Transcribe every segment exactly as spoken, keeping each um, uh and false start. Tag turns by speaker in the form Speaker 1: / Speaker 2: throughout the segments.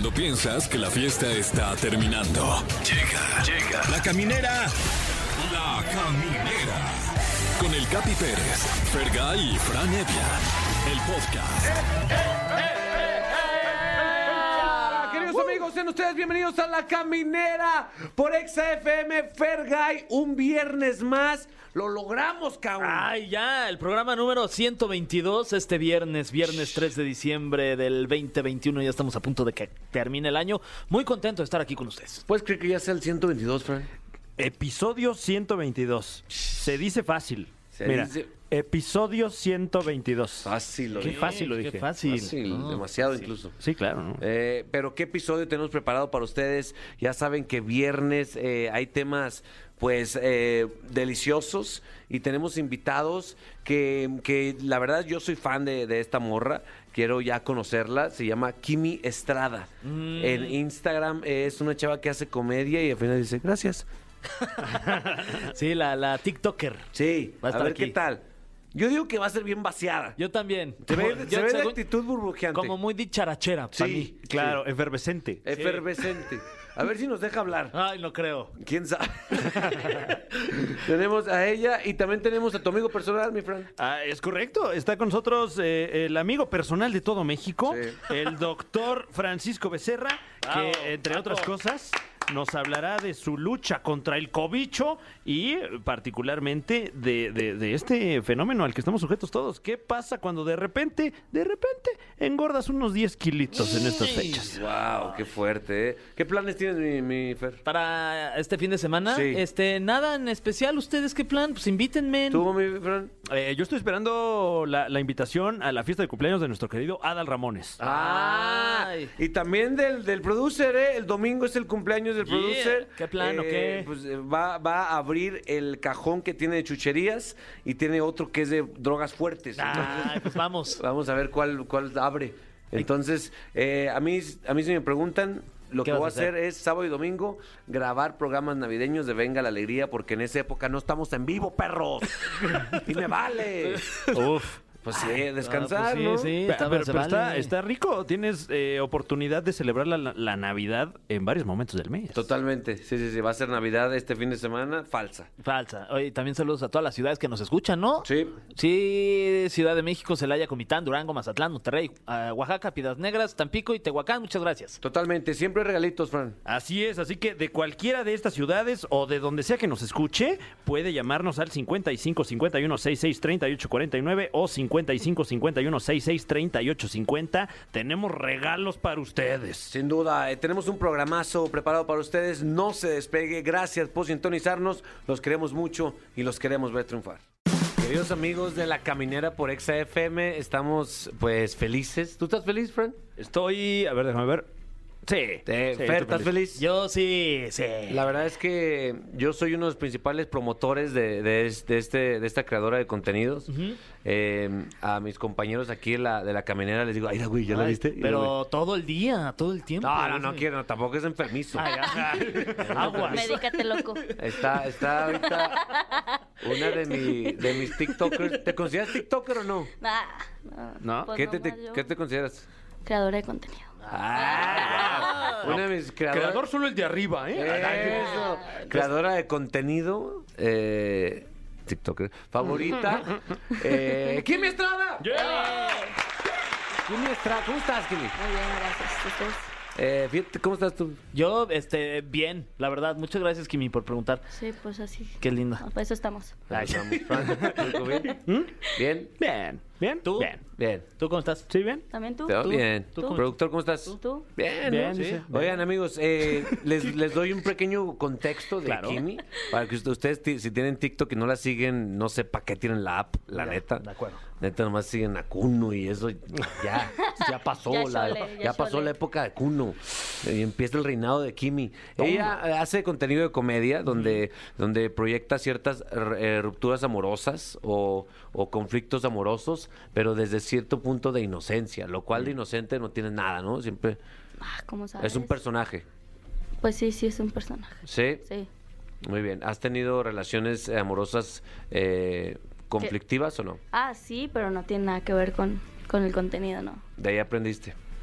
Speaker 1: Cuando piensas que la fiesta está terminando. Llega, llega. La Caminera. La Caminera. Con el Capi Pérez, Fergay y Fran Evia. El podcast.
Speaker 2: Eh, eh, eh, eh, Queridos uh. amigos, sean ustedes bienvenidos a La Caminera por Exa F M. Fergay, un viernes más. Lo logramos, cabrón.
Speaker 3: Ay, ya, el programa número ciento veintidós este viernes, viernes tres de diciembre del veinte veintiuno. Ya estamos a punto de que termine el año. Muy contento de estar aquí con ustedes.
Speaker 2: ¿Puedes creer que ya sea el ciento veintidós, Fran?
Speaker 4: Episodio ciento veintidós. Se dice fácil.
Speaker 2: Se
Speaker 4: Mira,
Speaker 2: dice...
Speaker 4: episodio ciento veintidós.
Speaker 2: Fácil, lo
Speaker 4: Qué
Speaker 2: dije.
Speaker 4: fácil lo dije.
Speaker 3: Qué fácil.
Speaker 2: Fácil,
Speaker 3: No,
Speaker 2: demasiado
Speaker 3: fácil.
Speaker 2: incluso.
Speaker 4: Sí, claro, ¿no?
Speaker 2: Eh, pero qué episodio tenemos preparado para ustedes. Ya saben que viernes eh, hay temas pues eh, deliciosos y tenemos invitados que, que la verdad yo soy fan de, de esta morra. Quiero ya conocerla. Se llama Kimi Estrada. Mm. En Instagram es una chava que hace comedia y al final dice gracias.
Speaker 3: Sí, la, la TikToker.
Speaker 2: Sí,
Speaker 3: Va a
Speaker 2: a,
Speaker 3: estar
Speaker 2: ver
Speaker 3: aquí.
Speaker 2: qué tal. Yo digo que va a ser bien vaciada.
Speaker 3: Yo también.
Speaker 2: Se ve,
Speaker 3: Como-
Speaker 2: se
Speaker 3: yo
Speaker 2: ve de
Speaker 3: según-
Speaker 2: actitud burbujeante.
Speaker 3: Como muy dicharachera para
Speaker 2: Sí,
Speaker 3: mí.
Speaker 4: Claro, efervescente.
Speaker 2: efervescente. A ver si nos deja hablar.
Speaker 3: Ay, no creo.
Speaker 2: ¿Quién sabe? Tenemos a ella y también tenemos a tu amigo personal, mi Fran.
Speaker 4: Ah, es correcto. Está con nosotros eh, el amigo personal de todo México,
Speaker 2: Sí.
Speaker 4: el doctor Francisco Becerra,
Speaker 3: Bravo,
Speaker 4: que entre
Speaker 3: bravo.
Speaker 4: otras cosas nos hablará de su lucha contra el cobicho y eh, particularmente de, de- de este fenómeno al que estamos sujetos todos. ¿Qué pasa cuando de repente, de repente, engordas unos diez kilitos en estas fechas?
Speaker 2: Wow, qué fuerte, ¿eh? ¿Qué planes tienes, mi, mi Fer?
Speaker 3: Para este fin de semana,
Speaker 2: Sí.
Speaker 3: este, nada en especial. ¿Ustedes qué plan? Pues invítenme.
Speaker 2: ¿Tú, mi Fran?
Speaker 4: Eh, yo estoy esperando la, la invitación a la fiesta de cumpleaños de nuestro querido Adal Ramones.
Speaker 2: Ah,
Speaker 3: Ay.
Speaker 2: y también del, del producer, ¿eh? El domingo es el cumpleaños del
Speaker 3: Yeah.
Speaker 2: producer.
Speaker 3: ¿Qué plan o
Speaker 2: Eh,
Speaker 3: qué?
Speaker 2: Pues eh, va, va a abrir el cajón que tiene de chucherías y tiene otro que es de drogas fuertes.
Speaker 3: Ay, pues vamos.
Speaker 2: Vamos a ver cuál, cuál abre. Entonces, eh, a mí, a mí si me preguntan, lo
Speaker 3: ¿Qué
Speaker 2: que voy a
Speaker 3: vas a hacer?
Speaker 2: hacer es sábado y domingo grabar programas navideños de Venga la Alegría, porque en esa época no estamos en vivo, perros. Y me vale.
Speaker 4: Uf.
Speaker 2: Pues sí, descansar,
Speaker 3: Ah, pues sí,
Speaker 2: ¿no?
Speaker 3: sí.
Speaker 4: Pero,
Speaker 3: Está-
Speaker 4: pero-
Speaker 3: se
Speaker 4: pero está,
Speaker 3: vale.
Speaker 4: está rico. Tienes eh, oportunidad de celebrar la, la Navidad en varios momentos del mes.
Speaker 2: Totalmente. Sí, sí, sí. Va a ser Navidad este fin de semana. Falsa.
Speaker 3: Falsa. Oye, también saludos a todas las ciudades que nos escuchan, ¿no?
Speaker 2: Sí.
Speaker 3: Sí, Ciudad de México, Celaya, Comitán, Durango, Mazatlán, Monterrey, ah, Oaxaca, Piedras Negras, Tampico y Tehuacán. Muchas gracias.
Speaker 2: Totalmente. Siempre hay regalitos, Fran.
Speaker 4: Así es, así que de cualquiera de estas ciudades o de donde sea que nos escuche, puede llamarnos al cincuenta y cinco cincuenta y uno sesenta y seis treinta y ocho cuarenta y nueve o cincuenta y cinco cincuenta y uno sesenta y seis treinta y ocho cincuenta. Tenemos regalos para ustedes.
Speaker 2: Sin duda, eh, tenemos un programazo preparado para ustedes. No se despegue. Gracias por sintonizarnos. Los queremos mucho y los queremos ver triunfar. Queridos amigos de La Caminera por Exa F M, estamos pues felices. ¿Tú estás feliz, Fran?
Speaker 4: Estoy, a ver, déjame ver. Sí.
Speaker 2: Eh,
Speaker 4: sí,
Speaker 2: Fer,
Speaker 4: estoy
Speaker 2: ¿estás feliz?
Speaker 3: Yo sí, sí.
Speaker 2: La verdad es que yo soy uno de los principales promotores de, de, es- de este, de esta creadora de contenidos. Eh, a mis compañeros aquí de la, de la caminera les digo, ay, güey, ¿ya la
Speaker 3: Ay,
Speaker 2: viste? Mira,
Speaker 3: Pero todo el día, todo el tiempo.
Speaker 2: güey. No, no, no
Speaker 3: Sí.
Speaker 2: quiero, no, tampoco es enfermizo.
Speaker 3: Ay, ay. Aguas.
Speaker 5: Medícate, loco.
Speaker 2: Está, está ahorita una de, mi, de mis TikTokers. ¿Te consideras TikToker o no?
Speaker 5: Ah, no.
Speaker 4: ¿No?
Speaker 5: Pues
Speaker 2: ¿Qué, te,
Speaker 5: nomás
Speaker 2: te-
Speaker 5: yo,
Speaker 2: ¿Qué te consideras?
Speaker 5: Creadora de contenido.
Speaker 2: Ah, wow. Una de mis creadoras.
Speaker 4: Creador solo el de arriba, ¿eh?
Speaker 2: Eso. Creadora de contenido. Eh, TikToker. Favorita. eh, ¡Kimi Estrada! Kimi Estrada. ¿Cómo estás, Kimi?
Speaker 5: Muy bien, gracias. ¿Ustedes?
Speaker 2: Eh, fíjate, ¿cómo estás tú?
Speaker 3: Yo, este, bien, la verdad. Muchas gracias, Kimi, por preguntar.
Speaker 5: Sí, pues así.
Speaker 3: Qué linda.
Speaker 5: Ah, pues eso estamos.
Speaker 2: Ahí estamos. Fran, ¿tú bien? ¿Bien?
Speaker 4: Bien, bien.
Speaker 3: ¿Tú?
Speaker 4: Bien.
Speaker 2: Bien.
Speaker 3: ¿Tú cómo estás?
Speaker 4: ¿Sí, bien?
Speaker 5: ¿También tú?
Speaker 2: ¿Te va
Speaker 3: ¿Tú?
Speaker 2: bien?
Speaker 3: ¿Tú?
Speaker 2: ¿Productor, cómo estás?
Speaker 5: ¿Tú?
Speaker 2: Bien,
Speaker 4: Bien,
Speaker 2: ¿no?
Speaker 4: dice.
Speaker 2: Oigan, amigos, eh, les, les doy un pequeño contexto de
Speaker 4: Claro.
Speaker 2: Kimi para que ustedes, ti- si tienen TikTok y no la siguen, no sé para qué tienen la app, la
Speaker 3: Ya,
Speaker 2: neta.
Speaker 3: de acuerdo.
Speaker 2: Neta, nomás siguen a Kuno y eso ya, ya pasó.
Speaker 5: Ya
Speaker 2: la,
Speaker 5: chole,
Speaker 2: ya
Speaker 5: ya
Speaker 2: pasó
Speaker 5: chole.
Speaker 2: la época de Kuno. Y empieza el reinado de Kimi. Ella eh, hace contenido de comedia donde, donde proyecta ciertas eh, rupturas amorosas o, o conflictos amorosos, pero desde cierto punto de inocencia, lo cual de inocente no tiene nada, ¿no? Siempre
Speaker 5: Ah, ¿cómo sabes?
Speaker 2: es un personaje.
Speaker 5: Pues sí, sí, es un personaje.
Speaker 2: ¿Sí?
Speaker 5: Sí.
Speaker 2: Muy bien. ¿Has tenido relaciones eh, amorosas eh, conflictivas o no?
Speaker 5: Ah, sí, pero no tiene nada que ver con, con el contenido, ¿no?
Speaker 2: De ahí aprendiste.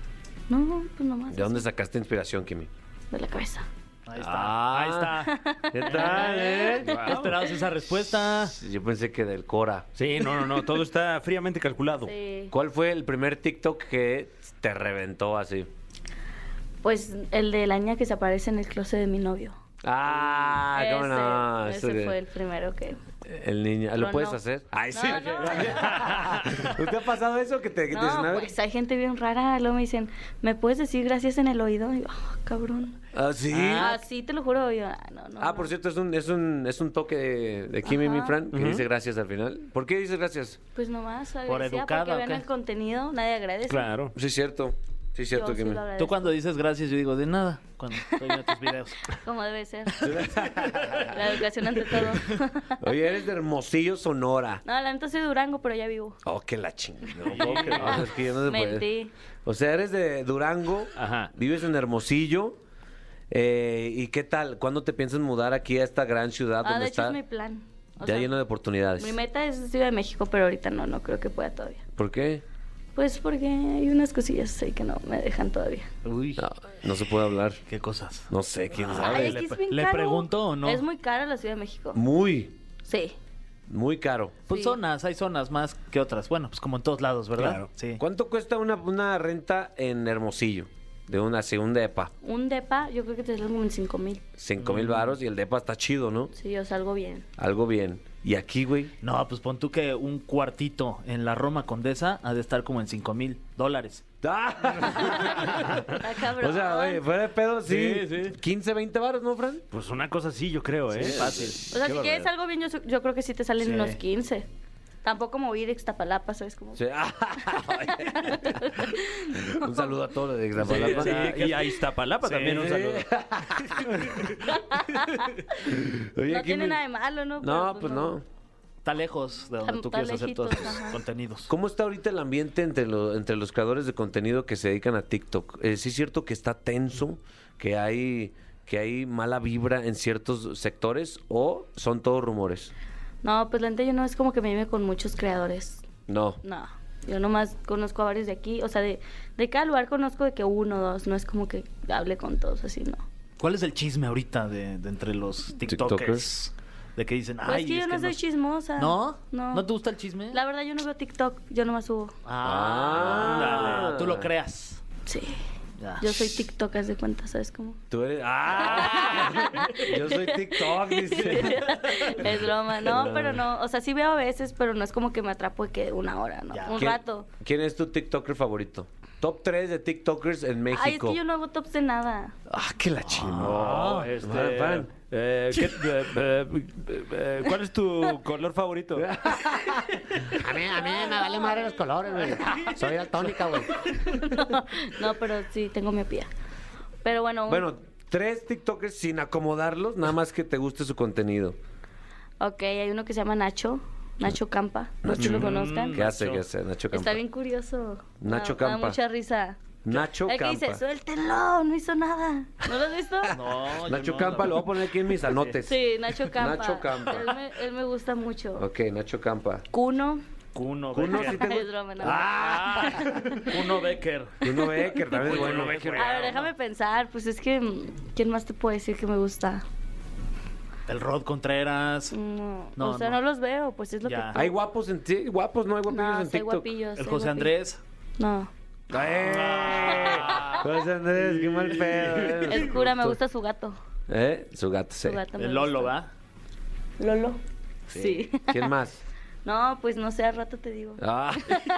Speaker 5: No, pues nomás.
Speaker 2: ¿De dónde
Speaker 5: así,
Speaker 2: sacaste inspiración, Kimi?
Speaker 5: de la cabeza.
Speaker 3: Ahí está.
Speaker 2: Ah.
Speaker 3: Ahí está.
Speaker 2: ¿Qué tal, eh?
Speaker 3: ¿Qué esperabas esa respuesta?
Speaker 2: Yo pensé que del Cora.
Speaker 4: Sí, no, no, no, todo está fríamente calculado.
Speaker 5: Sí.
Speaker 2: ¿Cuál fue el primer TikTok que te reventó así?
Speaker 5: Pues el de la niña que se aparece en el closet de mi novio.
Speaker 2: Ah, cómo no.
Speaker 5: ese
Speaker 2: Eso
Speaker 5: ese
Speaker 2: que-
Speaker 5: fue el primero que...
Speaker 2: El niño, ¿lo
Speaker 5: Pero
Speaker 2: puedes
Speaker 5: no.
Speaker 2: hacer? Ay,
Speaker 5: No,
Speaker 2: sí.
Speaker 5: no.
Speaker 2: ¿Usted ha pasado eso que te, que te
Speaker 5: No,
Speaker 2: dicen, a ver?
Speaker 5: pues hay gente bien rara. Luego me dicen, ¿me puedes decir gracias en el oído? Y yo, "Ah, cabrón.
Speaker 2: Ah, sí.
Speaker 5: Ah, sí, te lo juro. Yo, ah, no, no.
Speaker 2: Ah,
Speaker 5: no.
Speaker 2: por cierto, es un, es un, es un toque de, de Kimi, mi
Speaker 5: Ajá.
Speaker 2: Fran, que dice gracias al final. ¿Por qué dices gracias?
Speaker 5: Pues nomás
Speaker 3: ¿Por
Speaker 5: agradecida
Speaker 3: educada
Speaker 5: porque
Speaker 3: o
Speaker 5: ven
Speaker 3: qué?
Speaker 5: el contenido, nadie agradece.
Speaker 4: Claro.
Speaker 2: Sí, es cierto. Sí, es cierto,
Speaker 5: Yo sí
Speaker 2: Kimi.
Speaker 5: lo agradezco,
Speaker 3: Tú cuando dices gracias, yo digo de nada. Cuando estoy viendo tus videos.
Speaker 5: como debe ser. La educación ante todo.
Speaker 2: Oye, eres de Hermosillo, Sonora.
Speaker 5: No, la neta soy de Durango, pero ya vivo.
Speaker 2: Oh, qué la chingada. No, puedo creer. No, es que ya no se puede.
Speaker 5: Mentí.
Speaker 2: O sea, eres de Durango,
Speaker 4: Ajá.
Speaker 2: vives en Hermosillo. eh, ¿Y qué tal? ¿Cuándo te piensas mudar aquí a esta gran ciudad
Speaker 5: Ah,
Speaker 2: donde
Speaker 5: de hecho
Speaker 2: está
Speaker 5: es mi plan. O
Speaker 2: ya
Speaker 5: sea,
Speaker 2: lleno de oportunidades?
Speaker 5: mi meta es Ciudad de México, pero ahorita no, no creo que pueda todavía.
Speaker 2: ¿Por qué?
Speaker 5: Pues porque hay unas cosillas ahí que no me dejan todavía.
Speaker 3: Uy,
Speaker 2: No, no se puede hablar.
Speaker 3: qué cosas.
Speaker 2: No sé, quién
Speaker 5: Ay,
Speaker 2: sabe.
Speaker 5: es que es bien
Speaker 3: ¿Le
Speaker 5: caro.
Speaker 3: pregunto o no?
Speaker 5: Es muy cara la Ciudad de México.
Speaker 2: Muy,
Speaker 5: Sí.
Speaker 2: muy caro.
Speaker 3: Pues
Speaker 5: Sí.
Speaker 3: zonas, hay zonas más que otras. Bueno, pues como en todos lados, ¿verdad?
Speaker 4: Claro.
Speaker 3: Sí.
Speaker 2: ¿Cuánto cuesta una, una renta en Hermosillo? De una segunda depa.
Speaker 5: Un depa, yo creo que te sale como en cinco mil.
Speaker 2: Cinco mil varos y el depa está chido, ¿no?
Speaker 5: Sí, yo salgo bien.
Speaker 2: Algo bien. ¿Y aquí, güey?
Speaker 3: No, pues pon tú que un cuartito en la Roma Condesa ha de estar como en cinco mil dólares.
Speaker 2: ¡Ah!
Speaker 5: Está cabrón.
Speaker 2: O sea, oye, fuera de pedo, sí.
Speaker 3: Sí, sí.
Speaker 2: quince, veinte varos, ¿no, Fran?
Speaker 4: Pues una cosa así, yo creo, ¿eh?
Speaker 3: Fácil.
Speaker 5: O sea,
Speaker 2: Qué
Speaker 5: si quieres algo bien, yo, su- yo creo que sí te salen
Speaker 3: Sí.
Speaker 5: unos quince. Tampoco como ir a Ixtapalapa, ¿sabes cómo?
Speaker 2: Sí. Un saludo a todos los de Ixtapalapa.
Speaker 4: Sí, y a Iztapalapa
Speaker 3: Sí.
Speaker 4: también un saludo.
Speaker 2: Oye,
Speaker 5: No
Speaker 2: aquí
Speaker 5: tiene
Speaker 2: me-
Speaker 5: nada de malo, ¿no?
Speaker 2: No,
Speaker 5: Pero,
Speaker 2: pues no.
Speaker 3: Está lejos de donde
Speaker 5: Está-
Speaker 3: tú
Speaker 5: está
Speaker 3: quieres hacer todos tus
Speaker 5: lejitos, ajá.
Speaker 3: contenidos.
Speaker 2: ¿Cómo está ahorita el ambiente entre, lo- entre los creadores de contenido que se dedican a TikTok? Eh, ¿Sí es cierto que está tenso, que hay, que hay mala vibra en ciertos sectores o son todos rumores?
Speaker 5: No, pues la neta yo no es como que me lleve con muchos creadores.
Speaker 2: No.
Speaker 5: No. Yo nomás conozco a varios de aquí. O sea, de, de cada lugar conozco de que uno o dos. No es como que hable con todos así, no.
Speaker 3: ¿Cuál es el chisme ahorita de, de entre los TikTokers?
Speaker 2: TikTokers.
Speaker 3: De que dicen,
Speaker 5: Pues
Speaker 3: ay,
Speaker 5: es que yo
Speaker 3: es
Speaker 5: no
Speaker 3: que
Speaker 5: soy
Speaker 3: nos-
Speaker 5: chismosa.
Speaker 3: ¿No?
Speaker 5: No.
Speaker 3: ¿No te gusta el chisme?
Speaker 5: La verdad yo no veo TikTok. Yo nomás subo.
Speaker 3: Ah,
Speaker 2: Ah.
Speaker 3: dale, tú lo creas.
Speaker 5: Sí.
Speaker 3: Ya.
Speaker 5: Yo soy TikTok, haz de cuenta, ¿sabes cómo?
Speaker 2: Tú eres. ¡Ah! Yo soy TikTok, dice.
Speaker 5: Es broma, no, pero no, o sea, sí veo a veces, pero no es como que me atrapo de que una hora, ¿no?
Speaker 3: Ya.
Speaker 5: Un
Speaker 2: ¿Quién-
Speaker 5: rato.
Speaker 2: ¿Quién es tu TikToker favorito? Top tres de TikTokers en México.
Speaker 5: Ay, es que yo no hago tops de nada.
Speaker 2: Ah, qué la chingada.
Speaker 4: No, este,
Speaker 2: Van, van.
Speaker 4: eh, ¿qué- eh, eh, eh, ¿Cuál es tu color favorito?
Speaker 6: A mí, a mí me vale madre los colores, güey. Soy daltónica, güey.
Speaker 5: no, no, pero sí, tengo miopía. Pero bueno, un-
Speaker 2: Bueno, tres TikTokers sin acomodarlos, nada más que te guste su contenido.
Speaker 5: ok, hay uno que se llama Nacho, Nacho Campa, no sé si lo conozcan.
Speaker 2: ¿Qué hace? ¿Qué hace? Nacho Campa.
Speaker 5: Está bien curioso.
Speaker 2: Nacho
Speaker 5: Da- da
Speaker 2: Campa.
Speaker 5: mucha risa.
Speaker 2: Nacho
Speaker 5: El que
Speaker 2: Campa.
Speaker 5: dice, suéltenlo, no hizo nada. ¿No lo has visto?
Speaker 3: No, yo
Speaker 2: Nacho
Speaker 3: no,
Speaker 2: Campa
Speaker 3: la
Speaker 2: lo voy a poner aquí en mis anotes.
Speaker 5: Sí, Nacho Campa.
Speaker 2: Nacho Campa.
Speaker 5: Él me, él me gusta mucho.
Speaker 2: Ok, Nacho Campa.
Speaker 5: Cuno.
Speaker 3: Kuno
Speaker 2: Kuno,
Speaker 3: Becker.
Speaker 2: sí te
Speaker 5: Es broma, no.
Speaker 2: ¡Ah!
Speaker 3: Kuno Becker.
Speaker 2: Uno Becker, también es
Speaker 3: Kuno
Speaker 2: bueno.
Speaker 3: Becker.
Speaker 5: A ver, déjame pensar. Pues es que, mm, ¿quién más te puede decir que me gusta?
Speaker 3: El Rod Contreras.
Speaker 5: No,
Speaker 3: No,
Speaker 5: o sea,
Speaker 3: no.
Speaker 5: no. los veo, pues es lo
Speaker 3: Ya.
Speaker 5: que...
Speaker 2: ¿Hay guapos en ti? ¿Guapos? No hay guapillos
Speaker 5: No,
Speaker 2: en
Speaker 5: soy
Speaker 2: TikTok.
Speaker 5: guapillos.
Speaker 3: El
Speaker 5: soy
Speaker 3: José
Speaker 5: guapillo.
Speaker 3: Andrés.
Speaker 5: No.
Speaker 2: ¡Eh! José Andrés, qué mal pedo. eh.
Speaker 5: El cura, me gusta su gato.
Speaker 2: ¿Eh? Su gato, sí.
Speaker 5: Su gato me
Speaker 3: El Lolo,
Speaker 5: gusta.
Speaker 3: ¿va?
Speaker 5: Lolo. Sí.
Speaker 2: ¿Quién más?
Speaker 5: No, pues no sé, al rato te digo.
Speaker 2: Ah.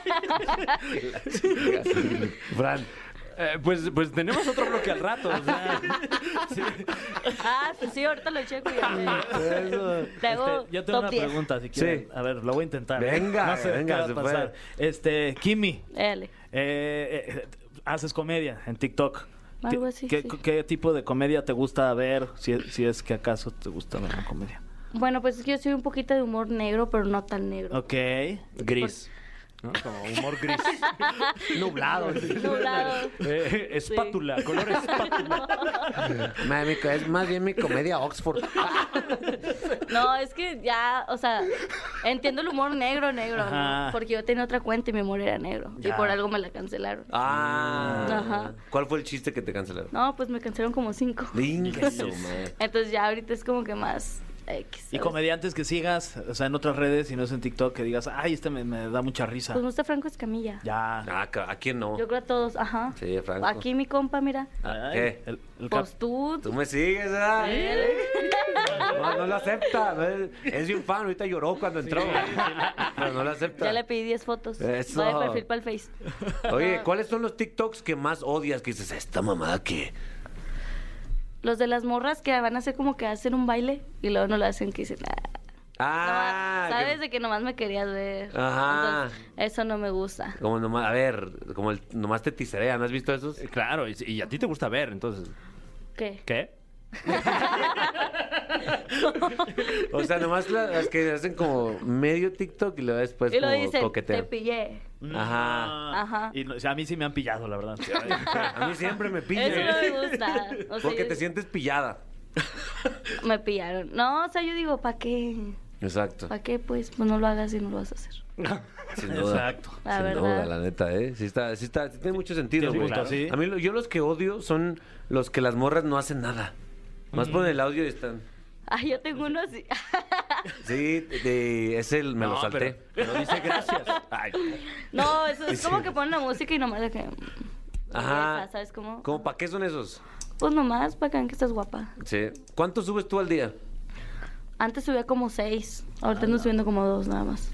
Speaker 2: Fran.
Speaker 4: Eh, pues, pues tenemos otro bloque al rato. O sea,
Speaker 5: Ah, pues sí, ahorita lo checo y ya te, te hago
Speaker 3: Este, yo tengo
Speaker 5: top
Speaker 3: una
Speaker 5: diez.
Speaker 3: pregunta, si quieren.
Speaker 2: Sí.
Speaker 3: A ver, lo voy a intentar. ¿eh?
Speaker 2: Venga,
Speaker 3: no sé
Speaker 2: venga,
Speaker 3: qué va
Speaker 2: se
Speaker 3: a pasar. Este, Kimi,
Speaker 5: Dale.
Speaker 3: eh, eh, haces comedia en TikTok.
Speaker 5: Algo
Speaker 3: ¿Qué-
Speaker 5: así,
Speaker 3: ¿Qué,
Speaker 5: sí.
Speaker 3: qué tipo de comedia te gusta ver? Si, si es que acaso te gusta ver la comedia.
Speaker 5: Bueno, pues es que yo soy un poquito de humor negro, pero no tan negro.
Speaker 3: Ok.
Speaker 4: gris. ¿no? Como humor gris. Nublado.
Speaker 5: Nublado.
Speaker 4: Eh, espátula, color espátula.
Speaker 2: Ma- mi co- Es más bien mi comedia Oxford.
Speaker 5: No, es que ya, o sea, entiendo el humor negro, negro,
Speaker 3: Ajá.
Speaker 5: ¿no? Porque yo tenía otra cuenta y mi humor era negro.
Speaker 3: Ya.
Speaker 5: Y por algo me la cancelaron.
Speaker 2: Ah.
Speaker 5: Ajá.
Speaker 2: ¿Cuál fue el chiste que te cancelaron?
Speaker 5: No, pues me cancelaron como cinco.
Speaker 2: Dingue su madre.
Speaker 5: Entonces ya ahorita es como que más X.
Speaker 3: Y
Speaker 5: ¿sabes?
Speaker 3: comediantes que sigas, o sea, en otras redes y no es en TikTok, que digas, ay, este me, me da mucha risa.
Speaker 5: Pues me gusta Franco Escamilla.
Speaker 3: Ya.
Speaker 2: Ah, ca- ¿a quién no?
Speaker 5: Yo creo a todos, ajá.
Speaker 2: Sí, Franco.
Speaker 5: Aquí mi compa, mira.
Speaker 3: Ay,
Speaker 2: ¿Qué?
Speaker 3: El, el cap-
Speaker 5: Pues tú.
Speaker 2: Tú me sigues, ¿verdad?
Speaker 5: ¿Eh?
Speaker 2: No, no lo acepta. ¿no? Es- Es bien fan. Ahorita lloró cuando entró. Pero no lo acepta.
Speaker 5: Ya le pedí diez fotos.
Speaker 2: Eso.
Speaker 5: Va de perfil para el Face.
Speaker 2: Oye, ¿cuáles son los TikToks que más odias? Que dices, esta mamada que...
Speaker 5: Los de las morras que van a hacer como que hacen un baile y luego no lo hacen, que dicen, ah.
Speaker 2: Ah,
Speaker 5: Nomás- sabes
Speaker 2: que-
Speaker 5: de que nomás me querías ver.
Speaker 2: Ajá.
Speaker 5: Entonces, eso no me gusta.
Speaker 2: Como nomás, a ver, como el, nomás te tiserean, ¿has visto esos?
Speaker 4: Eh, Claro, y, y a ti te gusta ver, entonces.
Speaker 5: ¿Qué?
Speaker 4: ¿Qué?
Speaker 2: O sea, nomás la- las que hacen como medio TikTok y luego después
Speaker 5: Y lo
Speaker 2: como
Speaker 5: dicen, te
Speaker 2: coquetean.
Speaker 5: pillé.
Speaker 2: Ajá.
Speaker 5: Ajá.
Speaker 3: Y no- o sea, a mí sí me han pillado, la verdad.
Speaker 2: A mí siempre me pillan.
Speaker 5: Eso no me gusta. O sea,
Speaker 2: Porque
Speaker 5: yo-
Speaker 2: te sientes pillada.
Speaker 5: me pillaron. No, o sea, yo digo, ¿para qué?
Speaker 2: Exacto.
Speaker 5: ¿Para qué? Pues, pues no lo hagas y no lo vas a hacer.
Speaker 2: Sin duda.
Speaker 3: Exacto.
Speaker 5: La
Speaker 2: Sin
Speaker 5: verdad.
Speaker 2: duda, la neta, ¿eh? Sí está, sí está, sí tiene mucho sentido,
Speaker 3: Tiene
Speaker 2: güey.
Speaker 3: punto, sí.
Speaker 2: A mí, lo- yo los que odio son los que las morras no hacen nada. Más ponen el audio y están...
Speaker 5: Ay, yo tengo uno así.
Speaker 2: Sí, de, ese el- me lo
Speaker 4: No,
Speaker 2: salté.
Speaker 4: Pero, pero dice gracias. Ay,
Speaker 5: No, eso es como que ponen la música y nomás de que...
Speaker 2: Ajá.
Speaker 5: esa, ¿sabes cómo?
Speaker 2: ¿Cómo para qué son esos?
Speaker 5: Pues nomás para que vean que estás guapa.
Speaker 2: Sí. ¿Cuánto subes tú al día?
Speaker 5: Antes subía como seis, ahorita ando subiendo como dos nada más.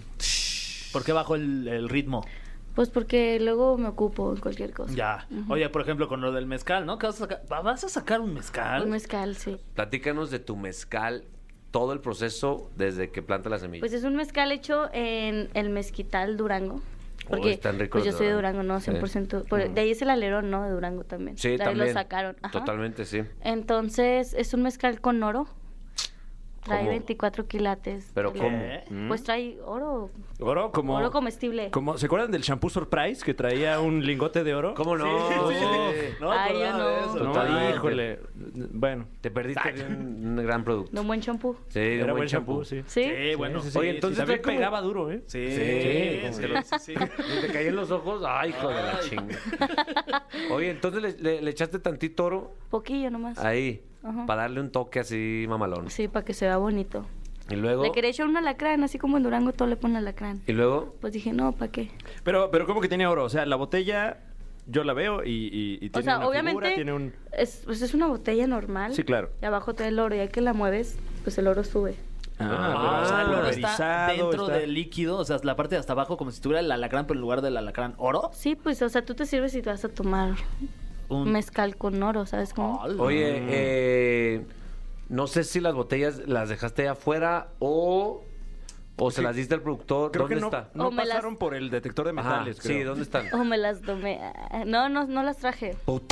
Speaker 3: ¿Por qué bajó el, el ritmo?
Speaker 5: Pues porque luego me ocupo en cualquier cosa.
Speaker 3: Ya. Oye, por ejemplo, con lo del mezcal, ¿no? ¿Qué vas a sacar? ¿Va- ¿Vas a sacar un mezcal?
Speaker 5: Un mezcal, sí.
Speaker 2: Platícanos de tu mezcal, todo el proceso desde que planta la semilla.
Speaker 5: Pues es un mezcal hecho en el mezquital Durango. Porque
Speaker 2: están ricos
Speaker 5: pues yo
Speaker 2: los
Speaker 5: soy de
Speaker 2: Durango.
Speaker 5: Durango, ¿no?
Speaker 2: Sí.
Speaker 5: cien por ciento. Por- De ahí es el alerón, ¿no? De Durango también.
Speaker 2: Sí,
Speaker 5: de ahí
Speaker 2: también.
Speaker 5: lo sacaron. Ajá.
Speaker 2: Totalmente, sí.
Speaker 5: Entonces, es un mezcal con oro. Trae
Speaker 2: ¿Cómo?
Speaker 5: veinticuatro quilates.
Speaker 2: ¿Pero
Speaker 5: de-
Speaker 2: cómo?
Speaker 5: Pues trae oro.
Speaker 4: oro como.
Speaker 5: Oro comestible.
Speaker 4: como ¿se acuerdan del shampoo Surprise que traía un lingote de oro?
Speaker 2: ¿Cómo no?
Speaker 3: Sí, sí, sí.
Speaker 2: Sí.
Speaker 3: No me
Speaker 5: Ay, yo
Speaker 3: acordaba de
Speaker 5: no.
Speaker 3: eso.
Speaker 4: No,
Speaker 2: Totalmente.
Speaker 4: híjole. Bueno.
Speaker 2: Te perdiste de un, un gran producto.
Speaker 5: De un buen champú.
Speaker 2: Sí, de un
Speaker 4: Era
Speaker 2: buen
Speaker 4: buen
Speaker 2: champú.
Speaker 4: shampoo, sí.
Speaker 5: ¿Sí?
Speaker 3: Sí, bueno.
Speaker 4: Sí, sí,
Speaker 2: Oye,
Speaker 4: sí.
Speaker 2: entonces
Speaker 4: Y también
Speaker 2: trae como-
Speaker 4: pegaba duro, ¿eh?
Speaker 3: Sí,
Speaker 2: Sí,
Speaker 3: es que
Speaker 2: sí.
Speaker 3: lo- sí, sí.
Speaker 2: ¿Y te caí en los ojos? Ay, hijo de la chinga. Oye, entonces le, le- le echaste tantito oro
Speaker 5: Poquillo nomás.
Speaker 2: ahí
Speaker 5: Ajá.
Speaker 2: para darle un toque así mamalón.
Speaker 5: Sí, para que se vea bonito.
Speaker 2: Y luego...
Speaker 5: Le quería echar un alacrán, así como en Durango todo le ponen alacrán.
Speaker 2: Y luego...
Speaker 5: Pues dije, no, ¿para qué?
Speaker 4: Pero, pero ¿cómo que tiene oro? O sea, la botella yo la veo y, y- y tiene
Speaker 5: O sea,
Speaker 4: una
Speaker 5: obviamente
Speaker 4: figura, tiene un...
Speaker 5: es, pues es una botella normal.
Speaker 4: Sí, claro.
Speaker 5: Y abajo trae el oro, y ya que la mueves, pues el oro sube.
Speaker 3: Ah, o sea, el oro está
Speaker 4: pulverizado,
Speaker 3: dentro
Speaker 4: está-
Speaker 3: del líquido, o sea, la parte de hasta abajo como si tuviera el alacrán, pero en lugar del alacrán, ¿oro?
Speaker 5: Sí, pues, o sea, tú te sirves y te vas a tomar
Speaker 3: Un...
Speaker 5: mezcal con oro, ¿sabes cómo?
Speaker 3: Hola.
Speaker 2: Oye, eh, no sé si las botellas las dejaste ahí afuera o, o se las diste al productor.
Speaker 4: Creo
Speaker 2: ¿Dónde
Speaker 4: que no,
Speaker 2: está?
Speaker 4: no
Speaker 5: O me las-
Speaker 4: pasaron por el detector de
Speaker 2: Ajá,
Speaker 4: metales, creo.
Speaker 2: sí, ¿dónde están?
Speaker 5: O me las tomé. Ah, No, no, no las traje.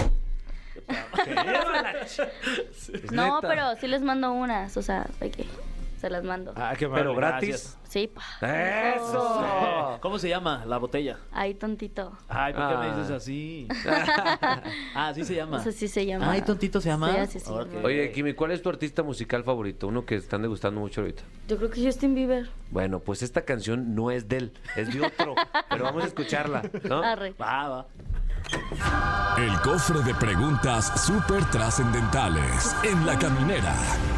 Speaker 2: Es
Speaker 5: No,
Speaker 2: neta.
Speaker 5: pero sí les mando unas, o sea, de que se las mando.
Speaker 4: Ah, qué
Speaker 2: Pero
Speaker 4: amable,
Speaker 2: gratis.
Speaker 4: gracias.
Speaker 5: Sí, pa.
Speaker 2: ¡Eso!
Speaker 3: ¿Cómo se llama la botella?
Speaker 5: Ahí tontito.
Speaker 3: Ay, ¿por qué
Speaker 2: Ah.
Speaker 3: me dices así? ah, así se llama.
Speaker 5: O sea, sí se llama.
Speaker 3: Ay, tontito se llama.
Speaker 5: Sí, así se
Speaker 3: Ok.
Speaker 5: llama.
Speaker 2: Oye, Kimi, ¿cuál es tu artista musical favorito? Uno que están degustando mucho ahorita.
Speaker 5: Yo creo que Justin Bieber.
Speaker 2: Bueno, pues esta canción no es de él, es de otro. Pero vamos a escucharla, ¿no?
Speaker 5: Arre.
Speaker 3: Va, va.
Speaker 1: El cofre de preguntas súper trascendentales en la caminera.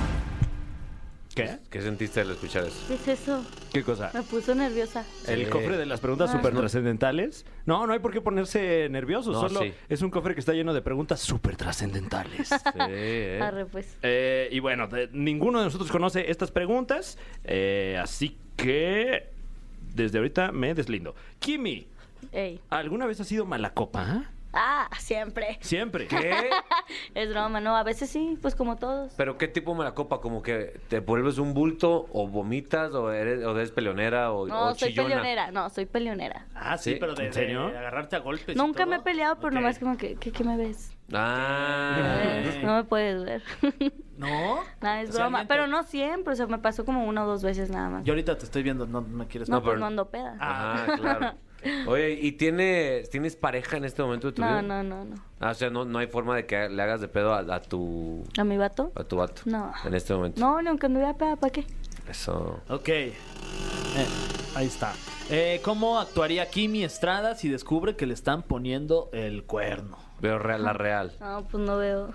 Speaker 4: ¿Qué?
Speaker 2: ¿Qué sentiste al escuchar eso?
Speaker 5: ¿Qué es eso?
Speaker 4: ¿Qué cosa?
Speaker 5: Me puso nerviosa.
Speaker 4: ¿El
Speaker 2: Sí.
Speaker 4: cofre de las preguntas
Speaker 5: Ah.
Speaker 4: súper trascendentales? No, no hay por qué ponerse nervioso.
Speaker 2: No,
Speaker 4: solo
Speaker 2: sí.
Speaker 4: es un cofre que está lleno de preguntas súper trascendentales.
Speaker 2: Sí, ¿eh?
Speaker 5: Arre, pues.
Speaker 4: Eh, y bueno, de- ninguno de nosotros conoce estas preguntas, eh, así que desde ahorita me deslindo. Kimi,
Speaker 5: Ey.
Speaker 4: ¿alguna vez has sido mala copa?
Speaker 5: Ah, siempre.
Speaker 4: Siempre.
Speaker 2: ¿Qué?
Speaker 5: Es broma, no, a veces sí, pues como todos.
Speaker 2: ¿Pero qué tipo me la copa? ¿Como que te vuelves un bulto o vomitas o eres, o eres peleonera o,
Speaker 5: No,
Speaker 2: o
Speaker 5: soy
Speaker 2: chillona?
Speaker 5: peleonera, no, soy peleonera.
Speaker 3: Ah, sí,
Speaker 2: ¿Sí?
Speaker 3: pero de,
Speaker 4: ¿En serio?
Speaker 3: de agarrarte a golpes. y
Speaker 5: Nunca
Speaker 3: todo.
Speaker 5: me he peleado, pero
Speaker 3: Ok.
Speaker 5: nomás como que, ¿qué, qué me ves?
Speaker 2: Ah.
Speaker 5: ¿Ves? No me puedes ver.
Speaker 3: ¿No?
Speaker 5: Nada, es
Speaker 3: O sea,
Speaker 5: broma.
Speaker 3: alguien te-
Speaker 5: Pero no siempre, o sea, me pasó como una o dos veces nada más.
Speaker 3: Yo ahorita te estoy viendo, no me quieres...
Speaker 5: No,
Speaker 2: No,
Speaker 5: pues
Speaker 2: pero-
Speaker 5: no ando peda.
Speaker 2: Ah, claro. Oye, ¿y tienes, tienes pareja en este momento de tu
Speaker 5: No,
Speaker 2: vida?
Speaker 5: no, no, no.
Speaker 2: Ah, o sea, no, no hay forma de que le hagas de pedo a, a tu
Speaker 5: ¿A mi vato?
Speaker 2: a tu vato.
Speaker 5: No.
Speaker 2: En este momento.
Speaker 5: No, ni aunque no hubiera peda, ¿para qué?
Speaker 2: Eso.
Speaker 3: Ok. Eh, ahí está. Eh, ¿Cómo actuaría Kimi Estrada si descubre que le están poniendo el cuerno?
Speaker 2: Veo real, la real.
Speaker 5: No, pues no veo.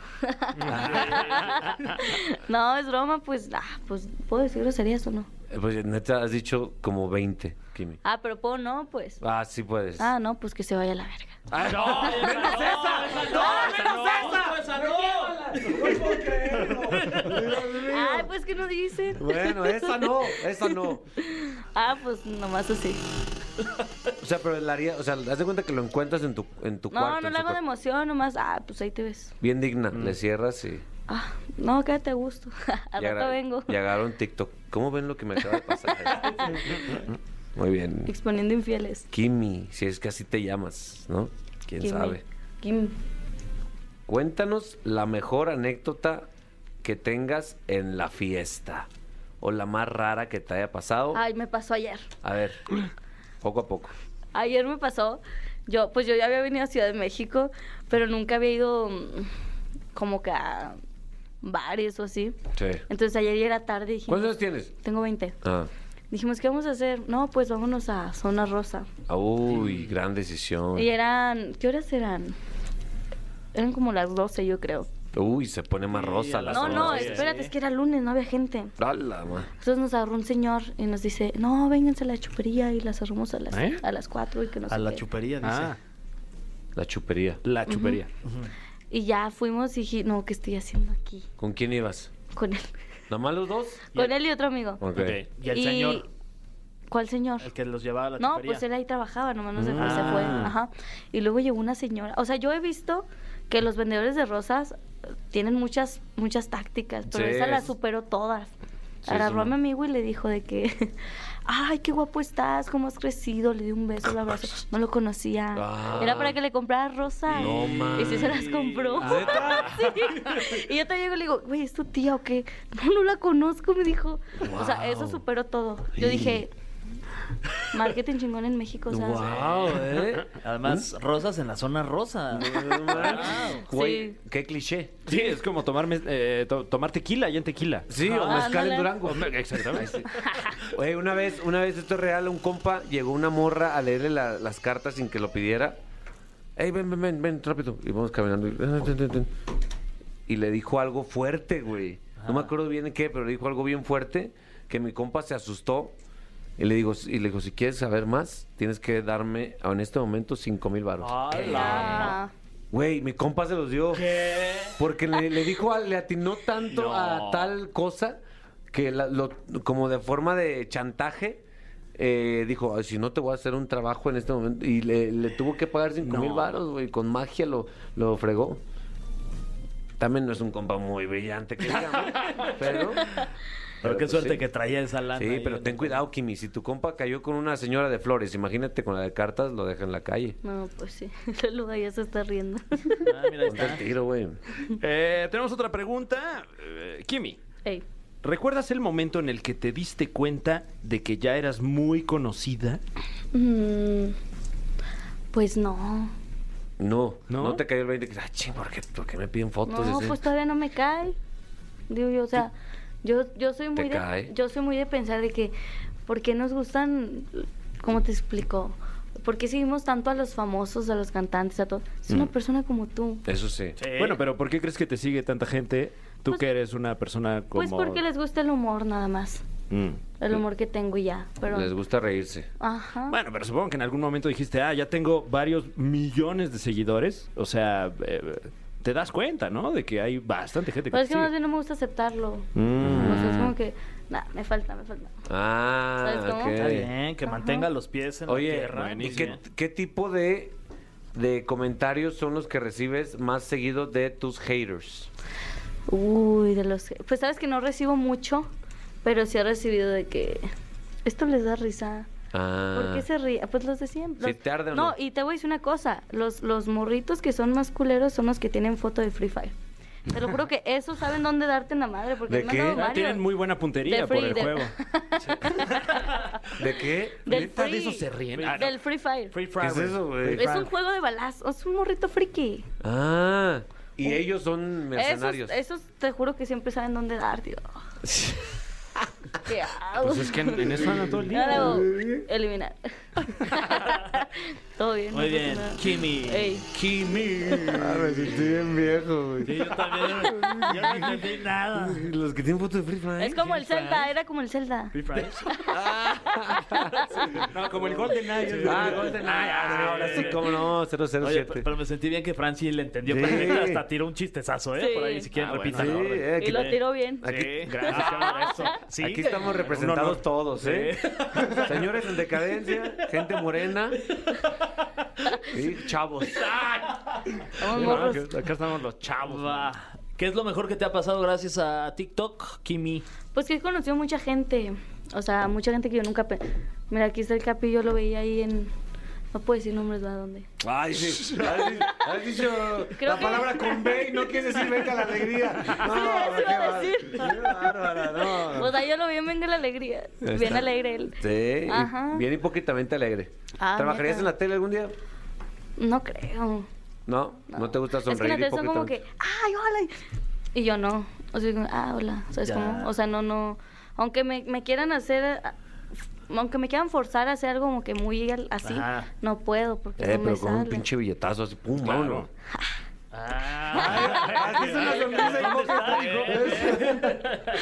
Speaker 5: No, es broma, pues, ah, pues, ¿puedo decir groserías o no?
Speaker 2: Eh, Pues neta, has dicho como veinte, Kimi.
Speaker 5: Ah, pero puedo no, pues.
Speaker 2: Ah, sí puedes.
Speaker 5: Ah, no, pues que se vaya a la verga.
Speaker 2: Ah, no, menos esa.
Speaker 3: ¡No, menos esa!
Speaker 5: Ay, pues que no dicen.
Speaker 2: Bueno, esa no, esa no.
Speaker 5: Ah, pues nomás así.
Speaker 2: O sea, pero la haría, o sea, haz de cuenta que lo encuentras en tu, en tu
Speaker 5: No,
Speaker 2: cuarto.
Speaker 5: no
Speaker 2: en
Speaker 5: le
Speaker 2: su
Speaker 5: hago de
Speaker 2: cuarto.
Speaker 5: emoción, nomás. Ah, pues ahí te ves.
Speaker 2: Bien digna, le cierras y...
Speaker 5: Ah, no, quédate a gusto. Al
Speaker 2: y
Speaker 5: rato
Speaker 2: agra-
Speaker 5: vengo.
Speaker 2: Y agarra un TikTok. ¿Cómo ven lo que me acaba de pasar? Muy bien.
Speaker 5: Exponiendo infieles.
Speaker 2: Kimi, si es que así te llamas, ¿no? ¿Quién
Speaker 5: Kimi.
Speaker 2: sabe?
Speaker 5: Kim.
Speaker 2: Cuéntanos la mejor anécdota que tengas en la fiesta. O la más rara que te haya pasado.
Speaker 5: Ay, me pasó ayer.
Speaker 2: A ver, poco a poco.
Speaker 5: Ayer me pasó. Yo, pues yo ya había venido a Ciudad de México, pero nunca había ido mm, como que a bares o así.
Speaker 2: Sí.
Speaker 5: Entonces ayer ya era tarde y dijimos...
Speaker 2: ¿Cuántos años tienes?
Speaker 5: Tengo veinte.
Speaker 2: Ah.
Speaker 5: Dijimos, ¿qué vamos a hacer? No, pues vámonos a Zona Rosa.
Speaker 2: Ah, Uy, gran decisión.
Speaker 5: Y eran... ¿Qué horas eran? Eran como las doce, yo creo.
Speaker 2: Uy, se pone más rosa
Speaker 3: a
Speaker 2: la
Speaker 3: las
Speaker 5: No,
Speaker 3: doce,
Speaker 5: no,
Speaker 3: sí,
Speaker 5: espérate,
Speaker 3: sí.
Speaker 5: es que era lunes, no había gente.
Speaker 2: ¡Hala, ma!
Speaker 5: Entonces nos agarró un señor y nos dice, no, vénganse a la chupería y la cerramos a las,
Speaker 4: ¿Eh?
Speaker 5: a las cuatro y que no sé
Speaker 3: A la
Speaker 5: qué.
Speaker 3: chupería, dice.
Speaker 4: Ah,
Speaker 2: La chupería.
Speaker 4: la chupería.
Speaker 5: Y ya fuimos y dije, no, ¿qué estoy haciendo aquí?
Speaker 2: ¿Con quién ibas?
Speaker 5: Con él.
Speaker 2: ¿Nada más los dos?
Speaker 5: Con él y otro amigo.
Speaker 2: Ok.
Speaker 3: Ok. ¿Y el señor?
Speaker 5: ¿Cuál señor?
Speaker 3: El que los llevaba a la
Speaker 5: No,
Speaker 3: chupería.
Speaker 5: pues él ahí trabajaba, nomás no se fue, se
Speaker 3: Ah.
Speaker 5: fue. Ajá. Y luego llegó una señora. O sea, yo he visto que los vendedores de rosas eh, tienen muchas, muchas tácticas, pero
Speaker 2: Sí,
Speaker 5: esa la
Speaker 2: es-
Speaker 5: superó todas.
Speaker 2: Sí,
Speaker 5: Agarró
Speaker 2: es
Speaker 5: a mi
Speaker 2: una-
Speaker 5: amigo y le dijo de que, ay, qué guapo estás, cómo has crecido. Le di un beso, un abrazo. No lo conocía.
Speaker 2: Ah.
Speaker 5: Era para que le comprara rosas.
Speaker 2: No,
Speaker 5: Y sí se las compró.
Speaker 2: ¿Neta?
Speaker 5: Sí. Y yo también llego y le digo, güey, ¿es tu tía o qué? No, no la conozco, me dijo. O sea, eso
Speaker 2: Wow.
Speaker 5: superó todo. Yo dije, marketing chingón en México, o sea.
Speaker 2: Wow, ¿eh?
Speaker 3: Además, rosas en la zona rosa.
Speaker 2: Güey,
Speaker 5: Sí.
Speaker 2: qué cliché.
Speaker 4: Sí, es como tomar, mez- eh, to- tomar tequila y en tequila.
Speaker 2: Sí, o
Speaker 5: Ah,
Speaker 2: mezcal en
Speaker 5: ándale.
Speaker 2: Durango.
Speaker 4: Exactamente.
Speaker 2: Oye, una vez, una vez, esto es real, un compa llegó una morra a leerle la- las cartas sin que lo pidiera. Ey, ven, ven, ven, ven, rápido. Y vamos caminando. Y, y le dijo algo fuerte, güey. No me acuerdo bien de qué, pero le dijo algo bien fuerte que mi compa se asustó. Y le digo, y le digo, si quieres saber más, tienes que darme en este momento cinco mil baros.
Speaker 5: Ah,
Speaker 2: Güey, mi compa se los dio.
Speaker 3: ¿Qué?
Speaker 2: Porque le, le dijo, a- le atinó tanto
Speaker 3: No.
Speaker 2: a tal cosa que la- lo- como de forma de chantaje, eh, dijo, "Ay, si no te voy a hacer un trabajo en este momento. Y le, le tuvo que pagar cinco mil
Speaker 3: No.
Speaker 2: varos, güey. Con magia lo, lo fregó. También no es un compa muy brillante, que digamos, pero...
Speaker 3: Pero qué
Speaker 2: pues,
Speaker 3: suerte
Speaker 2: sí.
Speaker 3: que traía esa lana.
Speaker 2: Sí,
Speaker 3: ahí
Speaker 2: pero
Speaker 3: en
Speaker 2: ten
Speaker 3: el-
Speaker 2: cuidado, Kimi. Si tu compa cayó con una señora de flores, imagínate con la de cartas, lo deja en la calle.
Speaker 5: no, pues sí. Luego ya se está riendo.
Speaker 3: Ah, mira, ahí
Speaker 2: Ponte el
Speaker 3: está.
Speaker 2: tiro, güey.
Speaker 4: Eh, tenemos otra pregunta. Eh, Kimi,
Speaker 5: Ey.
Speaker 4: ¿recuerdas el momento en el que te diste cuenta de que ya eras muy conocida?
Speaker 5: Mm, pues no.
Speaker 2: No,
Speaker 4: ¿No?
Speaker 2: no, te cayó el veinte. Que, ah, ching, ¿por qué, por qué me piden fotos?
Speaker 5: No,
Speaker 2: Ese?
Speaker 5: pues todavía no me cae. Digo yo, o sea, yo, yo soy muy
Speaker 2: ¿Te
Speaker 5: de,
Speaker 2: cae?
Speaker 5: yo soy muy de pensar de que, ¿por qué nos gustan, cómo te explico? ¿Por qué seguimos tanto a los famosos, a los cantantes, a todo? Es una
Speaker 2: Mm.
Speaker 5: persona como tú.
Speaker 2: Eso sí.
Speaker 3: Sí.
Speaker 4: Bueno, pero ¿por qué crees que te sigue tanta gente? Tú
Speaker 5: Pues-
Speaker 4: que eres una persona como...
Speaker 5: Pues porque les gusta el humor nada más.
Speaker 4: Mm.
Speaker 5: El humor que tengo y ya. Pero,
Speaker 2: Les gusta reírse.
Speaker 5: ajá.
Speaker 4: Bueno, pero supongo que en algún momento dijiste, ah, ya tengo varios millones de seguidores. O sea, eh, te das cuenta, ¿no? De que hay bastante gente que
Speaker 5: Pero es
Speaker 4: te
Speaker 5: que más
Speaker 4: sigue.
Speaker 5: bien no me gusta aceptarlo.
Speaker 4: Mm.
Speaker 5: O sea, es como que, nah, me falta, me falta.
Speaker 2: Ah,
Speaker 5: ¿Sabes cómo?
Speaker 2: ok.
Speaker 3: Está bien, que
Speaker 5: Ajá.
Speaker 3: mantenga los pies en la
Speaker 2: Oye,
Speaker 3: tierra.
Speaker 2: ¿y qué, qué tipo de, de comentarios son los que recibes más seguido de tus haters?
Speaker 5: Uy, de los... Pues sabes que no recibo mucho, pero sí he recibido de que esto les da risa.
Speaker 2: Ah,
Speaker 5: ¿Por qué se ríe? Pues los de siempre.
Speaker 2: ¿Sí
Speaker 5: Los-
Speaker 2: te arde o
Speaker 5: no,
Speaker 2: no?
Speaker 5: y te voy a decir una cosa. Los, los morritos que son más culeros son los que tienen foto de Free Fire. Te lo juro que esos saben dónde darte en la madre. Porque
Speaker 2: ¿De
Speaker 5: me han
Speaker 2: qué?
Speaker 5: dado
Speaker 2: Ah,
Speaker 5: varios.
Speaker 4: Tienen muy buena puntería
Speaker 5: De
Speaker 4: por
Speaker 5: free,
Speaker 4: el
Speaker 5: de-
Speaker 4: juego.
Speaker 2: ¿De qué?
Speaker 5: Del
Speaker 4: ¿Neta de
Speaker 5: free.
Speaker 4: eso se ríen? Ah, no.
Speaker 5: Del Free Fire.
Speaker 4: Free
Speaker 2: ¿Qué
Speaker 4: Fire.
Speaker 2: es eso, güey?
Speaker 5: Es un juego de balazos, es un morrito friki.
Speaker 2: Ah, y ellos son mercenarios.
Speaker 5: Esos, esos te juro que siempre saben dónde dar, tío. ¿Qué hago?
Speaker 4: Pues es que en, en eso andan todo el día.
Speaker 5: Ya debo eliminar. Todo bien.
Speaker 3: Muy
Speaker 5: no pasa
Speaker 3: bien,
Speaker 5: nada.
Speaker 3: Kimi.
Speaker 5: Ey.
Speaker 3: Kimi.
Speaker 2: Ah, me sentí bien viejo, güey.
Speaker 3: Sí, yo también. Yo no entendí nada.
Speaker 2: Los que tienen foto de Free Fire.
Speaker 5: Es como el Zelda, era como el Zelda.
Speaker 3: Free Fire.
Speaker 4: No, como el Golden Eye.
Speaker 2: Ah, GoldenEye. Ah, ahora sí, cómo no, cero cero
Speaker 3: Oye,
Speaker 2: siete.
Speaker 3: pero, pero me sentí bien que Franci le entendió
Speaker 2: Sí.
Speaker 3: perfecto. Hasta tiró un chistezazo, ¿eh?
Speaker 5: Sí.
Speaker 3: Por ahí, si quieren,
Speaker 4: Ah, bueno.
Speaker 3: repitan.
Speaker 2: Sí, eh,
Speaker 5: Y
Speaker 2: aquí,
Speaker 5: lo tiró bien.
Speaker 2: Aquí-
Speaker 3: Sí, gracias por eso. Sí,
Speaker 2: aquí
Speaker 3: que-
Speaker 2: estamos representados
Speaker 4: honor.
Speaker 2: todos, ¿eh? Señores en decadencia, gente morena. Sí, chavos.
Speaker 5: Somos morros.
Speaker 4: Acá, acá estamos los chavos.
Speaker 3: Va. ¿Qué es lo mejor que te ha pasado gracias a TikTok, Kimi?
Speaker 5: Pues que he conocido mucha gente. O sea, mucha gente que yo nunca... pe- Mira, aquí está el Capi, yo lo veía ahí en... No puedo decir nombres, ¿va? ¿Dónde?
Speaker 2: Ay, sí. Has, has dicho
Speaker 5: Creo
Speaker 2: la
Speaker 5: que-
Speaker 2: palabra con B y no quieres decir venga la alegría. No,
Speaker 5: eso
Speaker 2: qué
Speaker 5: iba a
Speaker 2: bar-
Speaker 5: decir.
Speaker 2: qué bárbara, no.
Speaker 5: O sea, yo lo vi en Venga la Alegría.
Speaker 2: Ahí
Speaker 5: Bien
Speaker 2: está.
Speaker 5: alegre él.
Speaker 2: Sí,
Speaker 5: Ajá.
Speaker 2: bien hipócritamente alegre.
Speaker 5: Ah,
Speaker 2: ¿Trabajarías
Speaker 5: neta.
Speaker 2: en la tele algún día?
Speaker 5: No creo.
Speaker 2: ¿No? ¿No, te gusta
Speaker 5: Es que en
Speaker 2: sonreír
Speaker 5: la tele son como que,
Speaker 2: hipócritamente?
Speaker 5: ¡ay, hola! Y yo no. O sea, como, ah, hola. ¿Sabes
Speaker 3: Ya.
Speaker 5: cómo? O sea, no, no. Aunque me, me quieran hacer. ah, Aunque me quieran forzar a hacer algo como que muy al- así,
Speaker 3: Ajá.
Speaker 5: no puedo porque
Speaker 2: Eh,
Speaker 5: no
Speaker 2: pero
Speaker 5: me
Speaker 2: con un
Speaker 5: sale.
Speaker 2: pinche billetazo así, pum, vámonos.
Speaker 3: Ah,
Speaker 2: Así es una sonrisa hipócrita.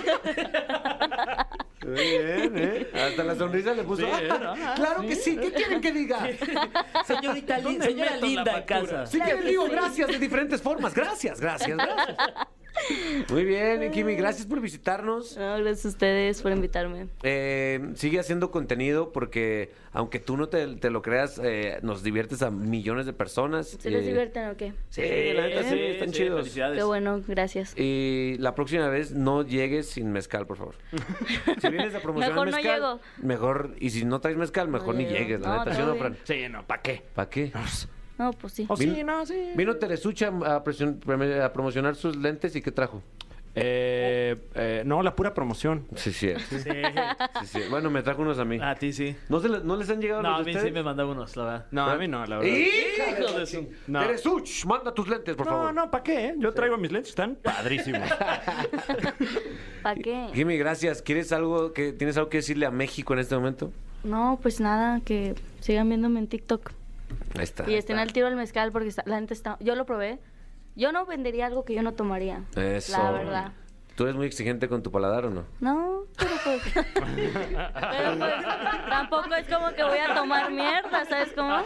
Speaker 2: Muy bien, ¿eh? Hasta la sonrisa le puso. "Ah, claro que sí, ¿qué quieren que diga?
Speaker 3: Señorita linda, señora
Speaker 4: meto la
Speaker 3: linda en
Speaker 4: factura?
Speaker 3: casa.
Speaker 2: Sí que le digo gracias de diferentes formas. Gracias, gracias, gracias. Muy bien, Kimi, gracias por visitarnos.
Speaker 5: No, gracias a ustedes por invitarme.
Speaker 2: Eh, sigue haciendo contenido porque, aunque tú no te, te lo creas, eh, nos diviertes a millones de personas.
Speaker 5: ¿Se les
Speaker 2: Eh,
Speaker 5: divierten o qué?
Speaker 2: Sí, la neta sí, están chidos.
Speaker 3: Felicidades.
Speaker 5: Qué bueno, gracias.
Speaker 2: Y la próxima vez no llegues sin mezcal, por favor. Si vienes a promocionar
Speaker 5: Mejor no
Speaker 2: mezcal,
Speaker 5: llego.
Speaker 2: mejor, y si no traes mezcal, mejor
Speaker 5: No
Speaker 2: ni
Speaker 5: llego.
Speaker 2: llegues, la
Speaker 5: No,
Speaker 2: neta, ¿sí o
Speaker 5: todo
Speaker 2: no,
Speaker 5: bien.
Speaker 2: Fran?
Speaker 4: Sí, no, ¿para qué?
Speaker 2: ¿Para qué?
Speaker 5: No, pues sí.
Speaker 4: O
Speaker 2: Vino-
Speaker 4: sí, no, sí.
Speaker 2: Vino Teresucha a, presion- a promocionar sus lentes y ¿qué trajo?
Speaker 4: Eh, eh, no, la pura promoción.
Speaker 2: Sí, sí. sí,
Speaker 3: Sí.
Speaker 2: sí. Bueno, me trajo unos a mí.
Speaker 3: A ti sí.
Speaker 2: ¿No, se le- ¿No les han llegado
Speaker 3: No,
Speaker 2: los
Speaker 3: a
Speaker 2: de
Speaker 3: mí sí
Speaker 2: ustedes?
Speaker 3: me mandaba unos, la verdad.
Speaker 4: No, a mí no, la verdad.
Speaker 2: ¡Hijo
Speaker 3: de
Speaker 2: de
Speaker 3: su-
Speaker 4: No.
Speaker 2: Teresuch, manda tus lentes, por
Speaker 4: No,
Speaker 2: favor.
Speaker 4: no, ¿para qué? eh? Yo traigo mis lentes, están padrísimos.
Speaker 5: ¿Para qué?
Speaker 2: Jimmy, gracias. ¿Quieres algo que tienes algo que decirle a México en este momento?
Speaker 5: No, pues nada, que sigan viéndome en TikTok.
Speaker 2: Ahí está.
Speaker 5: Y estén al tiro al mezcal porque está- la gente está... Yo lo probé. Yo no vendería algo que yo no tomaría.
Speaker 2: Eso.
Speaker 5: La verdad.
Speaker 2: ¿Tú eres muy exigente con tu paladar o no?
Speaker 5: No, pero pues... pero pues tampoco es como que voy a tomar mierda, ¿sabes cómo?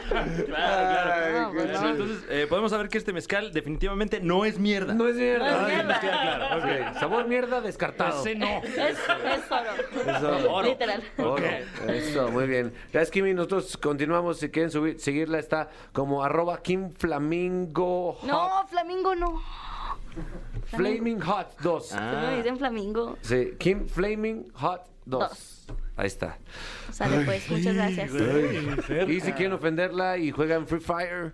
Speaker 5: No, pues no.
Speaker 4: Entonces, eh, podemos saber que este mezcal definitivamente no es mierda.
Speaker 2: No es mierda.
Speaker 5: No es mierda.
Speaker 2: Ay, queda claro. Ok. Sabor mierda descartado.
Speaker 4: Ese no.
Speaker 5: Es, es oro.
Speaker 2: Eso.
Speaker 4: Oro.
Speaker 5: Literal.
Speaker 2: Oro. Eso, muy bien. Gracias, Kimi. Nosotros continuamos. Si quieren subir, seguirla, está como arroba Kim Flamingo Hot.
Speaker 5: No, flamingo no.
Speaker 2: Flaming Hot dos.
Speaker 5: Siempre me dicen flamingo.
Speaker 2: Sí, Kim Flaming Hot dos.
Speaker 5: Dos.
Speaker 2: Ahí está.
Speaker 5: Sale pues, muchas gracias.
Speaker 2: Y si quieren ofenderla y juegan Free Fire,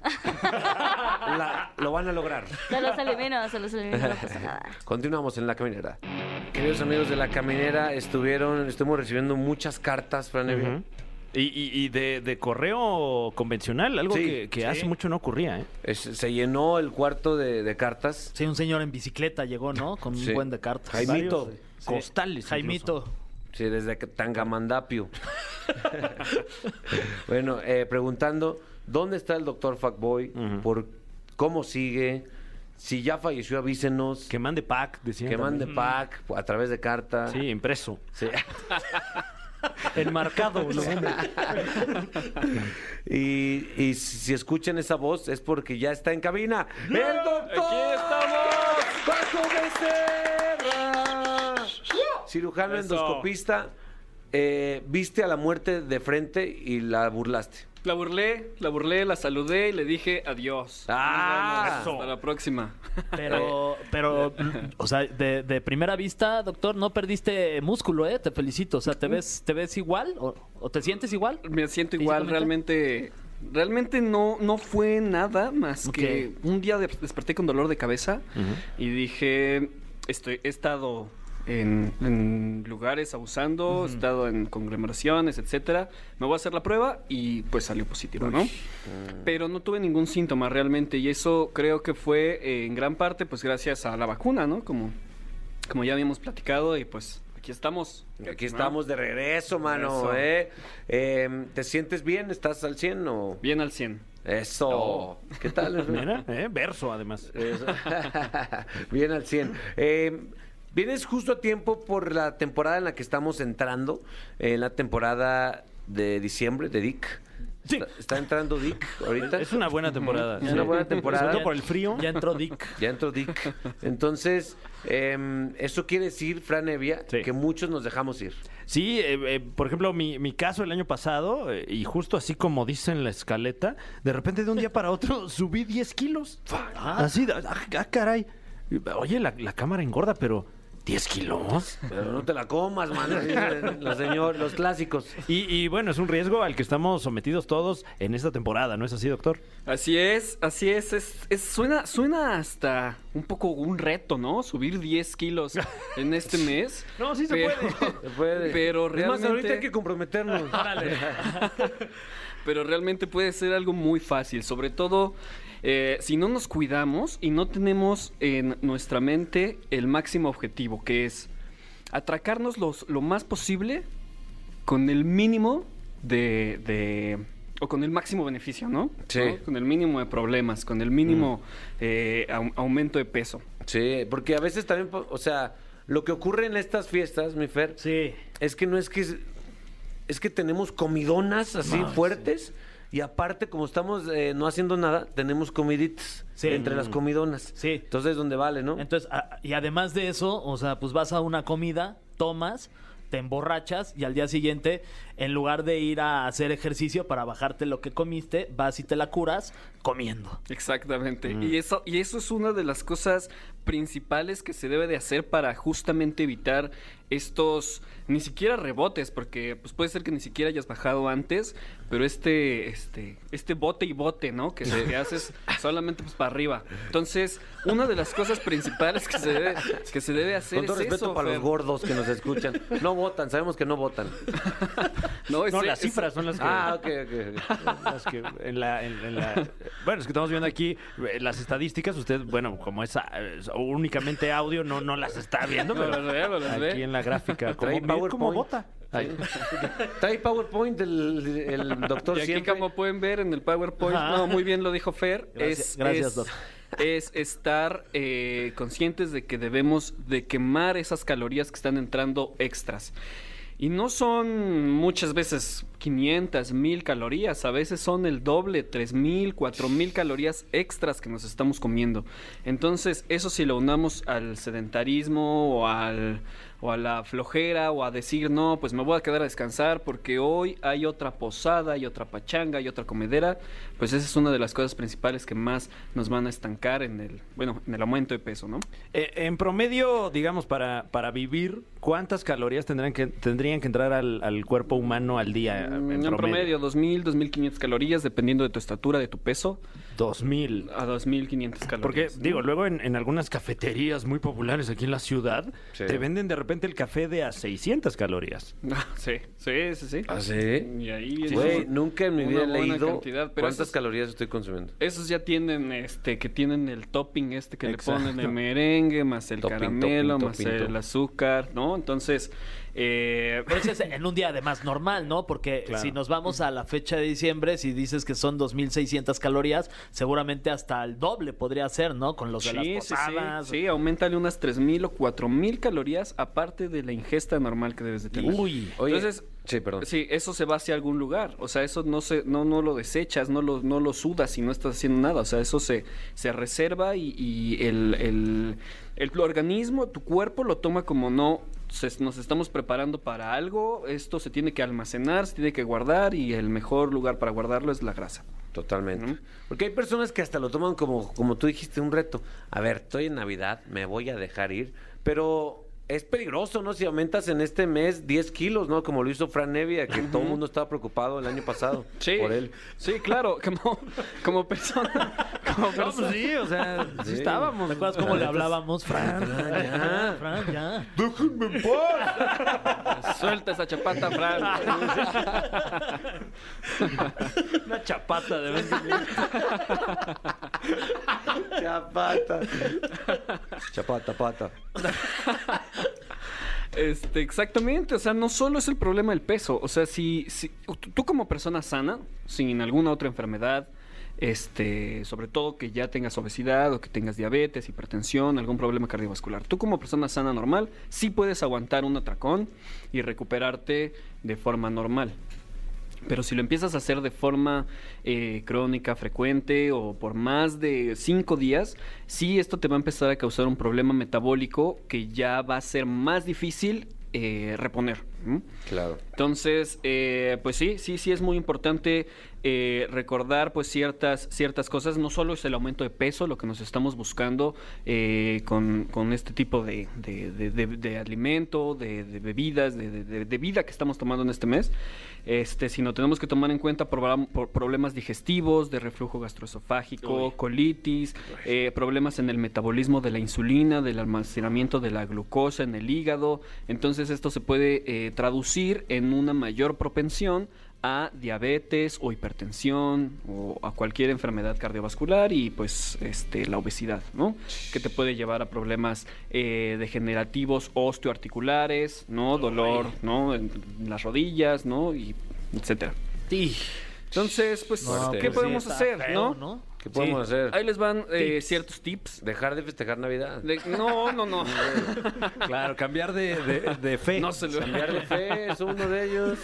Speaker 2: la- lo van a lograr.
Speaker 5: Se los elimino, se los elimino, no pasa nada.
Speaker 2: Continuamos en La Caminera. Queridos amigos de La Caminera, estuvieron, estuvimos recibiendo muchas cartas, Fran Evia.
Speaker 4: Ujú. Y, y- y de, de correo convencional, algo
Speaker 2: Sí,
Speaker 4: que, que
Speaker 3: sí.
Speaker 4: hace mucho no ocurría, ¿eh?
Speaker 2: Es- se llenó el cuarto de, de cartas.
Speaker 3: Sí, un señor en bicicleta llegó, ¿no? Con
Speaker 2: Sí.
Speaker 3: un buen de cartas.
Speaker 2: Jaimito.
Speaker 3: Varios, sí.
Speaker 4: Costales,
Speaker 3: Jaimito.
Speaker 2: Sí, desde que- Tangamandapio. Bueno, eh, preguntando, ¿dónde está el doctor Fuckboy?
Speaker 4: Ujú.
Speaker 2: ¿Por cómo sigue? Si ya falleció, avísenos.
Speaker 4: Que mande pack, decían.
Speaker 2: Que mande
Speaker 4: también.
Speaker 2: pack a través de carta.
Speaker 4: Sí, impreso.
Speaker 2: Sí.
Speaker 4: Enmarcado. ¿no?
Speaker 2: Y, y si escuchan esa voz es porque ya está en cabina. ¡El doctor!
Speaker 4: ¡Aquí estamos!
Speaker 2: ¡Paco Becerra! Cirujano
Speaker 7: Eso.
Speaker 2: endoscopista. eh, viste a la muerte de frente y la burlaste.
Speaker 7: La burlé, la burlé, la saludé y le dije adiós.
Speaker 2: Ah,
Speaker 7: Nos vemos. Hasta la próxima.
Speaker 3: Pero, pero, o sea, de, de primera vista, doctor, no perdiste músculo, ¿eh? Te felicito. O sea, ¿te ves, te ves igual o, o te sientes igual?
Speaker 7: Me siento igual,
Speaker 3: Físicamente.
Speaker 7: realmente realmente no, no fue nada más
Speaker 3: Ok.
Speaker 7: que un día de- desperté con dolor de cabeza y dije, estoy, he estado en, en lugares abusando, he estado en conglomeraciones, etcétera. Me voy a hacer la prueba y pues salió positivo, ¿no? Pero no tuve ningún síntoma realmente y eso creo que fue eh, en gran parte pues gracias a la vacuna, ¿no? Como, como ya habíamos platicado y pues aquí estamos.
Speaker 2: Aquí estamos de regreso, mano,
Speaker 7: Eso.
Speaker 2: ¿eh? Eh, ¿Te sientes bien? ¿Estás al cien o...?
Speaker 7: Bien al cien.
Speaker 2: Eso. ¿Qué tal?
Speaker 4: Mira, ¿eh? Verso, además.
Speaker 2: Eso. Bien al cien. Eh, vienes justo a tiempo por la temporada en la que estamos entrando, en la temporada de diciembre de Dick.
Speaker 4: Sí.
Speaker 2: Está, está entrando Dick ahorita.
Speaker 4: Es una buena temporada.
Speaker 2: Es una buena temporada.
Speaker 4: Sobre todo por el frío.
Speaker 3: Ya entró Dick.
Speaker 2: Ya entró Dick. Entonces, eh, eso quiere decir, Fran Evia,
Speaker 4: Sí.
Speaker 2: que muchos nos dejamos ir.
Speaker 4: Sí, eh, eh, por ejemplo, mi, mi caso el año pasado, eh, y justo así como dice en la escaleta, de repente de un día para otro subí diez kilos. Así, ah, ah, caray. Oye, la, la cámara engorda, pero ¿diez kilos?
Speaker 2: Pero no te la comas, mano. Dicen los señores, los clásicos.
Speaker 4: Y, y bueno, es un riesgo al que estamos sometidos todos en esta temporada, ¿no es así, doctor?
Speaker 7: Así es, así es, es, es- suena, suena hasta un poco un reto, ¿no? Subir diez kilos en este mes.
Speaker 4: No, sí se
Speaker 7: pero,
Speaker 2: Se puede.
Speaker 7: Pero
Speaker 2: Es más,
Speaker 7: realmente,
Speaker 2: ahorita hay que comprometernos.
Speaker 7: pero realmente puede ser algo muy fácil, sobre todo eh, si no nos cuidamos y no tenemos en nuestra mente el máximo objetivo, que es atracarnos los, lo más posible con el mínimo de, de- o con el máximo beneficio, ¿no?
Speaker 2: Sí.
Speaker 7: ¿No? Con el mínimo de problemas, con el mínimo eh, au- aumento de peso.
Speaker 2: Sí, porque a veces también, po- o sea, lo que ocurre en estas fiestas, mi Fer,
Speaker 3: Sí.
Speaker 2: es que no es que es, es que tenemos comidonas así
Speaker 3: No,
Speaker 2: fuertes y aparte como estamos eh, no haciendo nada, tenemos comiditas
Speaker 3: Sí.
Speaker 2: entre las comidonas.
Speaker 3: Sí.
Speaker 2: Entonces, donde vale, ¿no?
Speaker 3: Entonces, a- y además de eso, o sea, pues vas a una comida, tomas, te emborrachas y al día siguiente, en lugar de ir a hacer ejercicio para bajarte lo que comiste, vas y te la curas comiendo.
Speaker 7: Exactamente. Y eso, y eso es una de las cosas principales que se debe de hacer para justamente evitar estos ni siquiera rebotes, porque pues puede ser que ni siquiera hayas bajado antes, pero este, este, este bote y bote, ¿no? Que, se- que haces solamente pues para arriba. Entonces, una de las cosas principales que se debe, que se debe hacer
Speaker 2: Con todo
Speaker 7: es
Speaker 2: respeto
Speaker 7: eso,
Speaker 2: para
Speaker 7: Fer.
Speaker 2: los gordos que nos escuchan. No votan, sabemos que no votan.
Speaker 7: No,
Speaker 4: No,
Speaker 7: ese-
Speaker 4: las
Speaker 7: ese-
Speaker 4: cifras son las que...
Speaker 2: Ah, ok, ok.
Speaker 4: las que en la, en- en la- bueno, es que estamos viendo aquí eh, las estadísticas. Usted, bueno, como es, ah, es únicamente audio, no, no las está viendo,
Speaker 7: No
Speaker 4: pero
Speaker 7: las ve, no las
Speaker 4: aquí
Speaker 7: ve.
Speaker 4: en la gráfica, como,
Speaker 2: Trae
Speaker 4: como
Speaker 2: PowerPoint.
Speaker 4: bota. Ay.
Speaker 2: Trae PowerPoint el, el doctor
Speaker 7: Y aquí,
Speaker 2: siempre.
Speaker 7: como pueden ver en el PowerPoint,
Speaker 3: Ajá.
Speaker 7: no, muy bien lo dijo Fer,
Speaker 3: Gracias-
Speaker 7: es,
Speaker 3: gracias,
Speaker 7: es,
Speaker 3: Doc.
Speaker 7: es estar eh, conscientes de que debemos de quemar esas calorías que están entrando extras. Y no son muchas veces quinientas, mil calorías, a veces son el doble, tres mil, cuatro mil calorías extras que nos estamos comiendo. Entonces, eso si lo unamos al sedentarismo o al o a la flojera o a decir, no, pues me voy a quedar a descansar porque hoy hay otra posada, hay otra pachanga, hay otra comedera, pues esa es una de las cosas principales que más nos van a estancar en el, bueno, en el aumento de peso, ¿no?
Speaker 4: Eh, en promedio, digamos, para, para vivir, ¿cuántas calorías tendrían que, tendrían que entrar al, al cuerpo humano al día?
Speaker 7: Mm,
Speaker 4: En,
Speaker 7: En promedio, dos mil, dos mil quinientas calorías, dependiendo de tu estatura, de tu peso,
Speaker 4: Dos mil.
Speaker 7: a dos mil quinientas
Speaker 4: Porque,
Speaker 7: calorías. ¿no?
Speaker 4: digo, luego en, en algunas cafeterías muy populares aquí en la ciudad,
Speaker 2: Sí.
Speaker 4: te venden de repente el café de a seiscientas calorías.
Speaker 7: Ah, sí, sí, sí, sí.
Speaker 2: ¿Ah, sí?
Speaker 7: Y ahí viene
Speaker 2: Güey, nunca en mi vida he
Speaker 7: una buena
Speaker 2: leído
Speaker 7: cantidad, pero
Speaker 2: cuántas
Speaker 7: esos-
Speaker 2: calorías estoy consumiendo.
Speaker 7: Esos ya tienen, este, que tienen el topping este que
Speaker 4: Exacto.
Speaker 7: le ponen el merengue, más el
Speaker 2: Topping,
Speaker 7: caramelo,
Speaker 2: topping,
Speaker 7: más
Speaker 2: topping,
Speaker 7: el
Speaker 2: topping.
Speaker 7: azúcar, ¿no? Entonces, eh,
Speaker 3: Pero ese es en un día además normal, ¿no? Porque
Speaker 4: Claro.
Speaker 3: si nos vamos a la fecha de diciembre, si dices que son dos mil seiscientas calorías, seguramente hasta el doble podría ser, ¿no? Con los de las
Speaker 7: sí, sí,
Speaker 3: posadas.
Speaker 7: sí, sí, aumentale unas tres mil o cuatro mil calorías aparte de la ingesta normal que debes de tener.
Speaker 4: Uy.
Speaker 2: Oye,
Speaker 7: Entonces,
Speaker 2: sí, perdón.
Speaker 7: Sí, eso se va hacia algún lugar. O sea, eso no se, no, no lo desechas, no lo, no lo sudas y no estás haciendo nada. O sea, eso se, se reserva y, y el, el, el organismo, tu cuerpo lo toma como no. se- nos estamos preparando para algo, esto se tiene que almacenar, se tiene que guardar y el mejor lugar para guardarlo es la grasa.
Speaker 2: Totalmente.
Speaker 7: Ujú.
Speaker 2: Porque hay personas que hasta lo toman como, como tú dijiste, un reto. A ver, estoy en Navidad, me voy a dejar ir, pero es peligroso, ¿no? Si aumentas en este mes diez kilos, ¿no? Como lo hizo Fran Nevia, que todo el mundo estaba preocupado el año pasado
Speaker 7: Sí,
Speaker 2: por él.
Speaker 7: sí, claro, como, como persona. Como
Speaker 4: No, pues
Speaker 7: persona.
Speaker 4: sí, o sea, sí,
Speaker 2: Sí.
Speaker 4: estábamos.
Speaker 3: ¿Te acuerdas cómo le hablábamos? Fran, ya, Fran, ya.
Speaker 2: ¡Déjenme en paz!
Speaker 7: Suelta esa chapata, Fran.
Speaker 4: Una chapata de vez en cuando.
Speaker 2: Chapata. Chapata, pata.
Speaker 7: Este, exactamente, o sea, no solo es el problema del peso, o sea, si, si tú como persona sana, sin alguna otra enfermedad, este, sobre todo que ya tengas obesidad o que tengas diabetes, hipertensión, algún problema cardiovascular, tú como persona sana normal, sí puedes aguantar un atracón y recuperarte de forma normal. Pero si lo empiezas a hacer de forma eh, crónica, frecuente o por más de cinco días, sí esto te va a empezar a causar un problema metabólico que ya va a ser más difícil eh, reponer. ¿m?
Speaker 2: Claro.
Speaker 7: Entonces, eh, pues sí, sí, sí es muy importante eh, recordar pues ciertas, ciertas cosas. No solo es el aumento de peso lo que nos estamos buscando eh, con, con este tipo de, de, de, de, de alimento, de, de bebidas, de, de, de vida que estamos tomando en este mes, este, sino tenemos que tomar en cuenta probam- por problemas digestivos, de reflujo gastroesofágico,
Speaker 2: Uy.
Speaker 7: colitis, eh, problemas en el metabolismo de la insulina, del almacenamiento de la glucosa en el hígado. Entonces esto se puede eh, traducir en una mayor propensión a diabetes o hipertensión o a cualquier enfermedad cardiovascular y pues este la obesidad, ¿no? Que te puede llevar a problemas eh, degenerativos osteoarticulares, ¿no? Dolor, ¿no? En, en las rodillas, ¿no? Y etcétera.
Speaker 3: Sí.
Speaker 7: Entonces, pues,
Speaker 2: No,
Speaker 7: ¿qué
Speaker 2: pues sí,
Speaker 7: podemos
Speaker 3: está
Speaker 7: hacer,
Speaker 3: feo,
Speaker 7: no?
Speaker 2: ¿Qué podemos hacer?
Speaker 7: Ahí les van eh,
Speaker 3: Tips.
Speaker 7: ciertos tips.
Speaker 2: Dejar de festejar Navidad.
Speaker 7: De- no, no, no.
Speaker 4: Claro, cambiar de, de, de fe.
Speaker 7: No se lo
Speaker 2: Cambiar de fe es uno de ellos.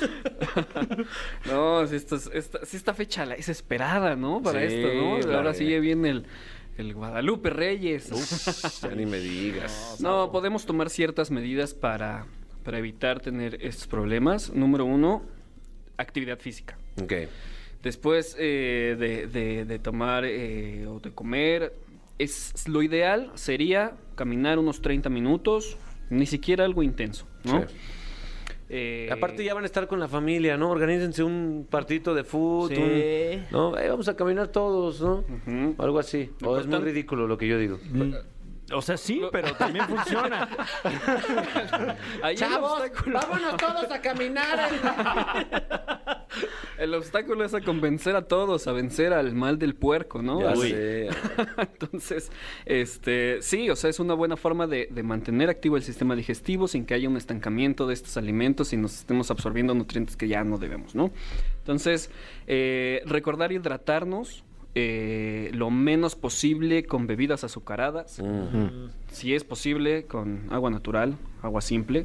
Speaker 7: No, si esta, esta, si esta fecha la- es esperada, ¿no? Para
Speaker 2: Sí,
Speaker 7: esto, ¿no?
Speaker 2: la
Speaker 7: Ahora
Speaker 2: de-
Speaker 7: sí viene el, el Guadalupe Reyes.
Speaker 2: Uf, ya ni me digas.
Speaker 7: No, podemos tomar ciertas medidas para, para evitar tener estos problemas. Número uno, actividad física.
Speaker 2: Ok.
Speaker 7: Después eh, de, de- de tomar eh, o de comer, es lo ideal sería caminar unos treinta minutos, ni siquiera algo intenso, ¿no?
Speaker 2: Sí.
Speaker 7: Eh,
Speaker 2: Aparte ya van a estar con la familia, ¿no? Organícense un partidito de fútbol.
Speaker 3: Sí.
Speaker 2: un- ¿no? Eh, vamos a caminar todos, ¿no?
Speaker 7: Ujú.
Speaker 2: Algo así. O es muy
Speaker 7: Importante-
Speaker 2: ridículo lo que yo digo.
Speaker 4: Mm, O sea, sí, pero también funciona.
Speaker 7: Ahí el
Speaker 6: Chavos,
Speaker 7: obstáculo-
Speaker 6: vámonos todos a caminar.
Speaker 7: El obstáculo es a convencer a todos, a vencer al mal del puerco, ¿no?
Speaker 2: Ya
Speaker 7: Así.
Speaker 2: sé.
Speaker 7: Entonces, este, sí, o sea, es una buena forma de, de mantener activo el sistema digestivo sin que haya un estancamiento de estos alimentos y nos estemos absorbiendo nutrientes que ya no debemos, ¿no? Entonces, eh, recordar hidratarnos eh, lo menos posible con bebidas azucaradas,
Speaker 2: Mm.
Speaker 7: si es posible con agua natural, agua simple.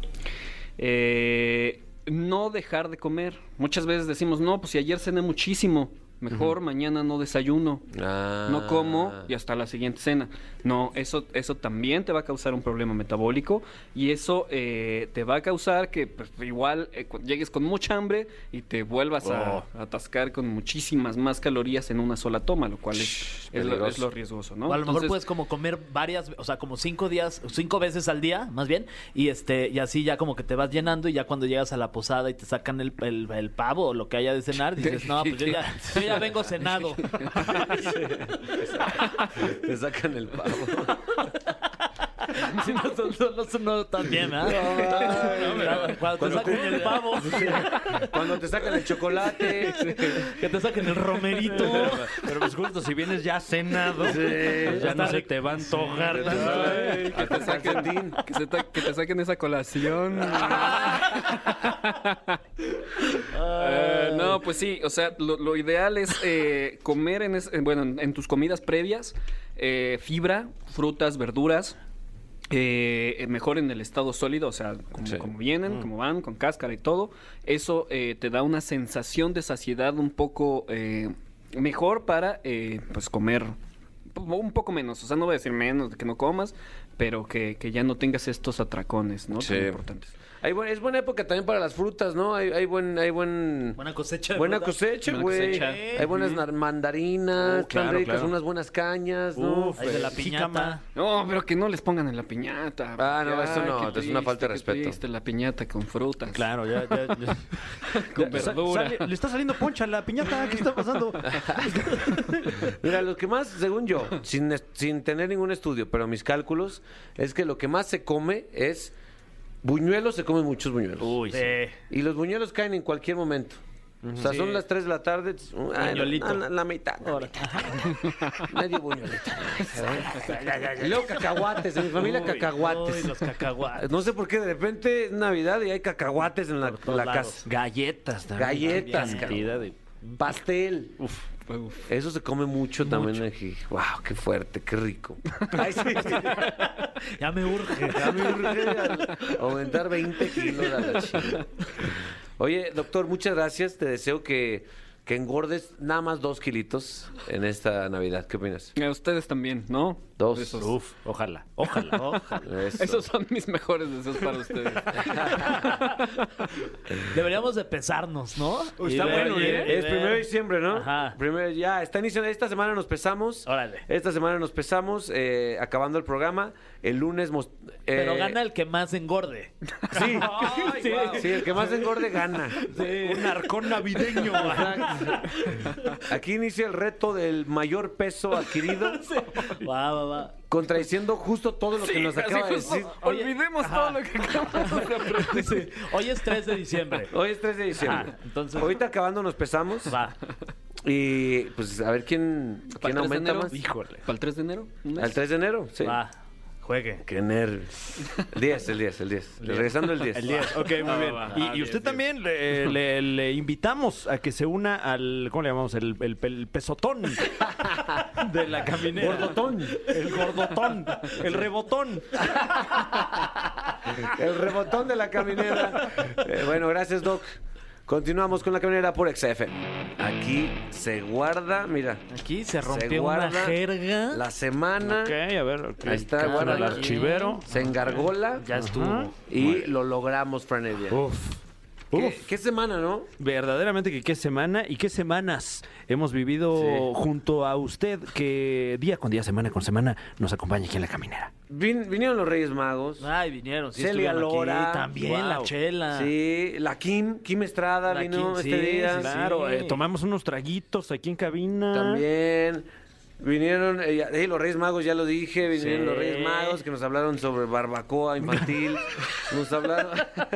Speaker 7: Eh, no dejar de comer. Muchas veces decimos, no, pues si ayer cené muchísimo, mejor mañana no desayuno.
Speaker 2: Ah.
Speaker 7: No como y hasta la siguiente cena. No, eso, eso también te va a causar un problema metabólico y eso eh, te va a causar que pues, igual eh, cu- llegues con mucha hambre y te vuelvas a,
Speaker 2: Oh.
Speaker 7: a atascar con muchísimas más calorías en una sola toma, lo cual es, es, lo,
Speaker 2: peligroso.
Speaker 7: es lo riesgoso, ¿no?
Speaker 3: O a lo mejor
Speaker 7: Entonces,
Speaker 3: puedes como comer varias, o sea, como cinco días, cinco veces al día, más bien, y este, y así ya como que te vas llenando y ya cuando llegas a la posada y te sacan el, el, el pavo o lo que haya de cenar, dices, no, pues yo ya, yo ya vengo cenado.
Speaker 2: Te sacan el pavo.
Speaker 3: Sí, no, no, no, no, no tan bien, ¿verdad? Cuando, te saquen el pavo,
Speaker 2: Cuando te sacan el chocolate.
Speaker 3: que te saquen el romerito.
Speaker 4: Pero pues justo, si vienes ya cenado, pues ya no se te va a antojar tanto.
Speaker 2: Ay,
Speaker 7: que te saquen, que, se ta- que te saquen esa colación. Eh, no, pues sí, o sea, lo, lo ideal es eh, comer en, es- en- bueno, en, en tus comidas previas eh, fibra, frutas, verduras. Eh, mejor en el estado sólido, o sea, como,
Speaker 2: Sí.
Speaker 7: como vienen, como van, con cáscara y todo. Eso eh, te da una sensación de saciedad un poco eh, mejor para eh, pues comer un poco menos. O sea, no voy a decir menos de que no comas, pero que, que ya no tengas estos atracones, ¿no?
Speaker 2: Sí.
Speaker 7: Tan importantes.
Speaker 2: Hay buen- es buena época también para las frutas, ¿no? Hay, hay buen, hay buen
Speaker 3: Buena cosecha de
Speaker 2: buena
Speaker 3: fruta.
Speaker 2: cosecha,
Speaker 7: Buena
Speaker 2: güey.
Speaker 7: cosecha.
Speaker 2: Hay buenas nar- mandarinas,
Speaker 4: Oh, claro,
Speaker 2: tan ricas,
Speaker 4: claro.
Speaker 2: unas buenas cañas, ¿no?
Speaker 4: Uf,
Speaker 3: Hay de la
Speaker 4: eh,
Speaker 3: piñata.
Speaker 4: jícama.
Speaker 7: No, pero que no les pongan en la piñata.
Speaker 2: Ah, no,
Speaker 7: Ay,
Speaker 2: eso no,
Speaker 7: qué
Speaker 2: es una falta de
Speaker 7: triste, qué
Speaker 2: respeto.
Speaker 7: triste, la piñata con frutas.
Speaker 4: Claro, ya, ya, ya.
Speaker 7: Con
Speaker 4: Ya, sa-
Speaker 7: verdura.
Speaker 4: sale- le está saliendo poncha a la piñata. ¿Qué está pasando?
Speaker 2: Mira, lo que más, según yo, sin, es- sin tener ningún estudio, pero mis cálculos, es que lo que más se come es buñuelos, se comen muchos buñuelos.
Speaker 4: Uy, sí.
Speaker 3: Sí.
Speaker 2: Y los buñuelos caen en cualquier momento. O sea, son las tres de la tarde. ay,
Speaker 3: Buñuelito.
Speaker 2: la, la mitad. La mitad. Medio buñuelito. Y luego cacahuates. En mi familia,
Speaker 3: Uy,
Speaker 2: cacahuates.
Speaker 3: uy, los cacahuates.
Speaker 2: No sé por qué de repente es Navidad y hay cacahuates en la,
Speaker 3: Por todos
Speaker 2: la
Speaker 3: lados.
Speaker 2: casa.
Speaker 4: Galletas también.
Speaker 2: Galletas,
Speaker 4: Cantidad de-
Speaker 2: Pastel.
Speaker 7: Uf.
Speaker 2: Eso se come mucho, también aquí. Wow, qué fuerte, qué rico. Ay, sí.
Speaker 3: Ya me urge.
Speaker 2: Ya me urge aumentar veinte kilos a la chingada. Oye, doctor, muchas gracias. Te deseo que, que engordes nada más dos kilitos en esta Navidad. ¿Qué opinas?
Speaker 7: A ustedes también, ¿no?
Speaker 2: Dos.
Speaker 7: Esos,
Speaker 4: Uf, ojalá, ojalá.
Speaker 3: Ojalá.
Speaker 2: Eso.
Speaker 7: esos son mis mejores deseos para ustedes.
Speaker 3: Deberíamos de pesarnos, ¿no?
Speaker 4: Uy,
Speaker 3: Y
Speaker 4: está
Speaker 3: ver,
Speaker 4: bueno,
Speaker 3: y-
Speaker 4: ¿eh?
Speaker 3: y
Speaker 2: Es
Speaker 3: ver.
Speaker 2: primero de diciembre, ¿no?
Speaker 3: Ajá.
Speaker 2: Primero, ya, está iniciando. Esta semana nos pesamos.
Speaker 3: Órale.
Speaker 2: Esta semana nos pesamos, eh, acabando el programa. El lunes... mos-
Speaker 3: Pero
Speaker 2: eh,
Speaker 3: gana el que más engorde.
Speaker 2: Sí.
Speaker 3: sí.
Speaker 2: Sí, el que más engorde gana.
Speaker 4: Un arcón navideño.
Speaker 2: Aquí inicia el reto del mayor peso adquirido,
Speaker 3: Va, va, va.
Speaker 2: contradiciendo justo todo lo que nos
Speaker 7: Así
Speaker 2: acaba de
Speaker 7: justo,
Speaker 2: decir.
Speaker 7: Olvidemos todo lo que acabamos de aprender.
Speaker 3: Sí. Hoy es tres de diciembre.
Speaker 2: Hoy es tres de diciembre.
Speaker 3: Ah, entonces-
Speaker 2: Ahorita acabando nos pesamos.
Speaker 3: Va.
Speaker 2: Y pues a ver quién,
Speaker 7: ¿Para
Speaker 2: quién
Speaker 7: el tres de
Speaker 2: aumenta
Speaker 7: enero?
Speaker 2: más.
Speaker 4: Híjole.
Speaker 7: ¿Para el tres de enero? ¿Un mes?
Speaker 2: Al tres de enero, sí.
Speaker 3: Va. Juegue.
Speaker 2: Qué nervios. El diez, el diez, el diez. Regresando el diez.
Speaker 4: El diez, ok, muy bien.
Speaker 3: va,
Speaker 4: Y,
Speaker 3: va,
Speaker 4: y
Speaker 3: diez,
Speaker 4: usted
Speaker 3: diez.
Speaker 4: también le, le- le invitamos a que se una al, ¿cómo le llamamos? El, el, el pesotón de la caminera.
Speaker 2: Gordotón.
Speaker 4: El gordotón. El rebotón.
Speaker 2: El rebotón de la caminera. Eh, bueno, gracias, Doc. Continuamos con la caminera por X F. Aquí se guarda, mira,
Speaker 3: Aquí se
Speaker 2: se
Speaker 3: rompió una
Speaker 2: guarda
Speaker 3: jerga.
Speaker 2: la semana,
Speaker 4: Ok, a ver. ok.
Speaker 2: Ahí está,
Speaker 4: Cámara
Speaker 2: guarda
Speaker 4: el
Speaker 2: aquí.
Speaker 4: archivero.
Speaker 2: se engargola
Speaker 3: Ya estuvo.
Speaker 4: Ajá.
Speaker 2: y lo logramos, Franevia.
Speaker 4: Uf.
Speaker 2: ¿Qué,
Speaker 4: Uf.
Speaker 2: qué semana, ¿no?
Speaker 4: Verdaderamente que qué semana y qué semanas hemos vivido
Speaker 2: Sí.
Speaker 4: junto a usted, que día con día, semana con semana, nos acompaña aquí en la caminera.
Speaker 2: Vin- vinieron los Reyes Magos.
Speaker 3: Ay, vinieron. Sí,
Speaker 2: Celia
Speaker 3: estuvieron aquí.
Speaker 2: Lora.
Speaker 3: También la
Speaker 2: Wow.
Speaker 3: chela.
Speaker 2: Sí, la Kim, Kim Estrada
Speaker 3: La
Speaker 2: vino
Speaker 3: Kim,
Speaker 2: este
Speaker 3: sí,
Speaker 2: día.
Speaker 3: sí,
Speaker 4: Claro,
Speaker 3: Sí.
Speaker 4: eh, tomamos unos traguitos aquí en cabina.
Speaker 2: También. Vinieron, eh, ya- eh, los Reyes Magos, ya lo dije, vinieron
Speaker 3: Sí.
Speaker 2: los Reyes Magos que nos hablaron sobre barbacoa infantil. Nos hablaron.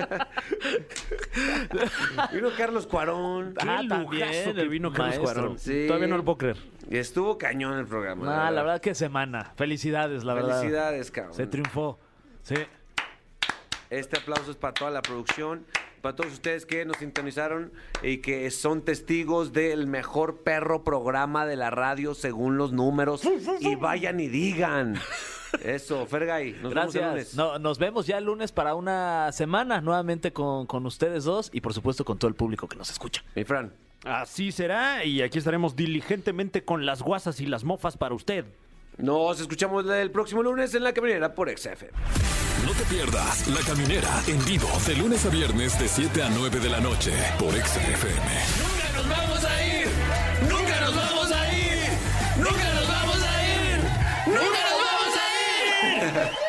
Speaker 2: Vino Carlos Cuarón.
Speaker 4: Qué
Speaker 3: Ah,
Speaker 4: lujazo
Speaker 3: también,
Speaker 4: que
Speaker 3: el
Speaker 4: vino Carlos
Speaker 3: maestro.
Speaker 4: Cuarón.
Speaker 2: Sí.
Speaker 4: Todavía no lo puedo creer.
Speaker 2: Y estuvo cañón el programa.
Speaker 3: Ah, la verdad que semana. Felicidades, la verdad.
Speaker 2: Felicidades, cabrón.
Speaker 3: Se triunfó. Sí.
Speaker 2: Este aplauso es para toda la producción, para todos ustedes que nos sintonizaron y que son testigos del mejor perro programa de la radio según los números. Y vayan y digan. Eso, Fergay. Nos vemos el
Speaker 3: Gracias.
Speaker 2: lunes.
Speaker 3: No, nos vemos ya el lunes para una semana nuevamente con, con ustedes dos y por supuesto con todo el público que nos escucha.
Speaker 2: Mi Fran.
Speaker 4: Así será, y aquí estaremos diligentemente con las guasas y las mofas para usted.
Speaker 2: Nos escuchamos el próximo lunes en La Caminera por X F.
Speaker 1: No te pierdas La Caminera en vivo de lunes a viernes de siete a nueve de la noche por X F M.
Speaker 8: ¡Nunca nos vamos a ir! ¡Nunca nos vamos a ir! ¡Nunca nos vamos a ir! ¡Nunca nos vamos a ir!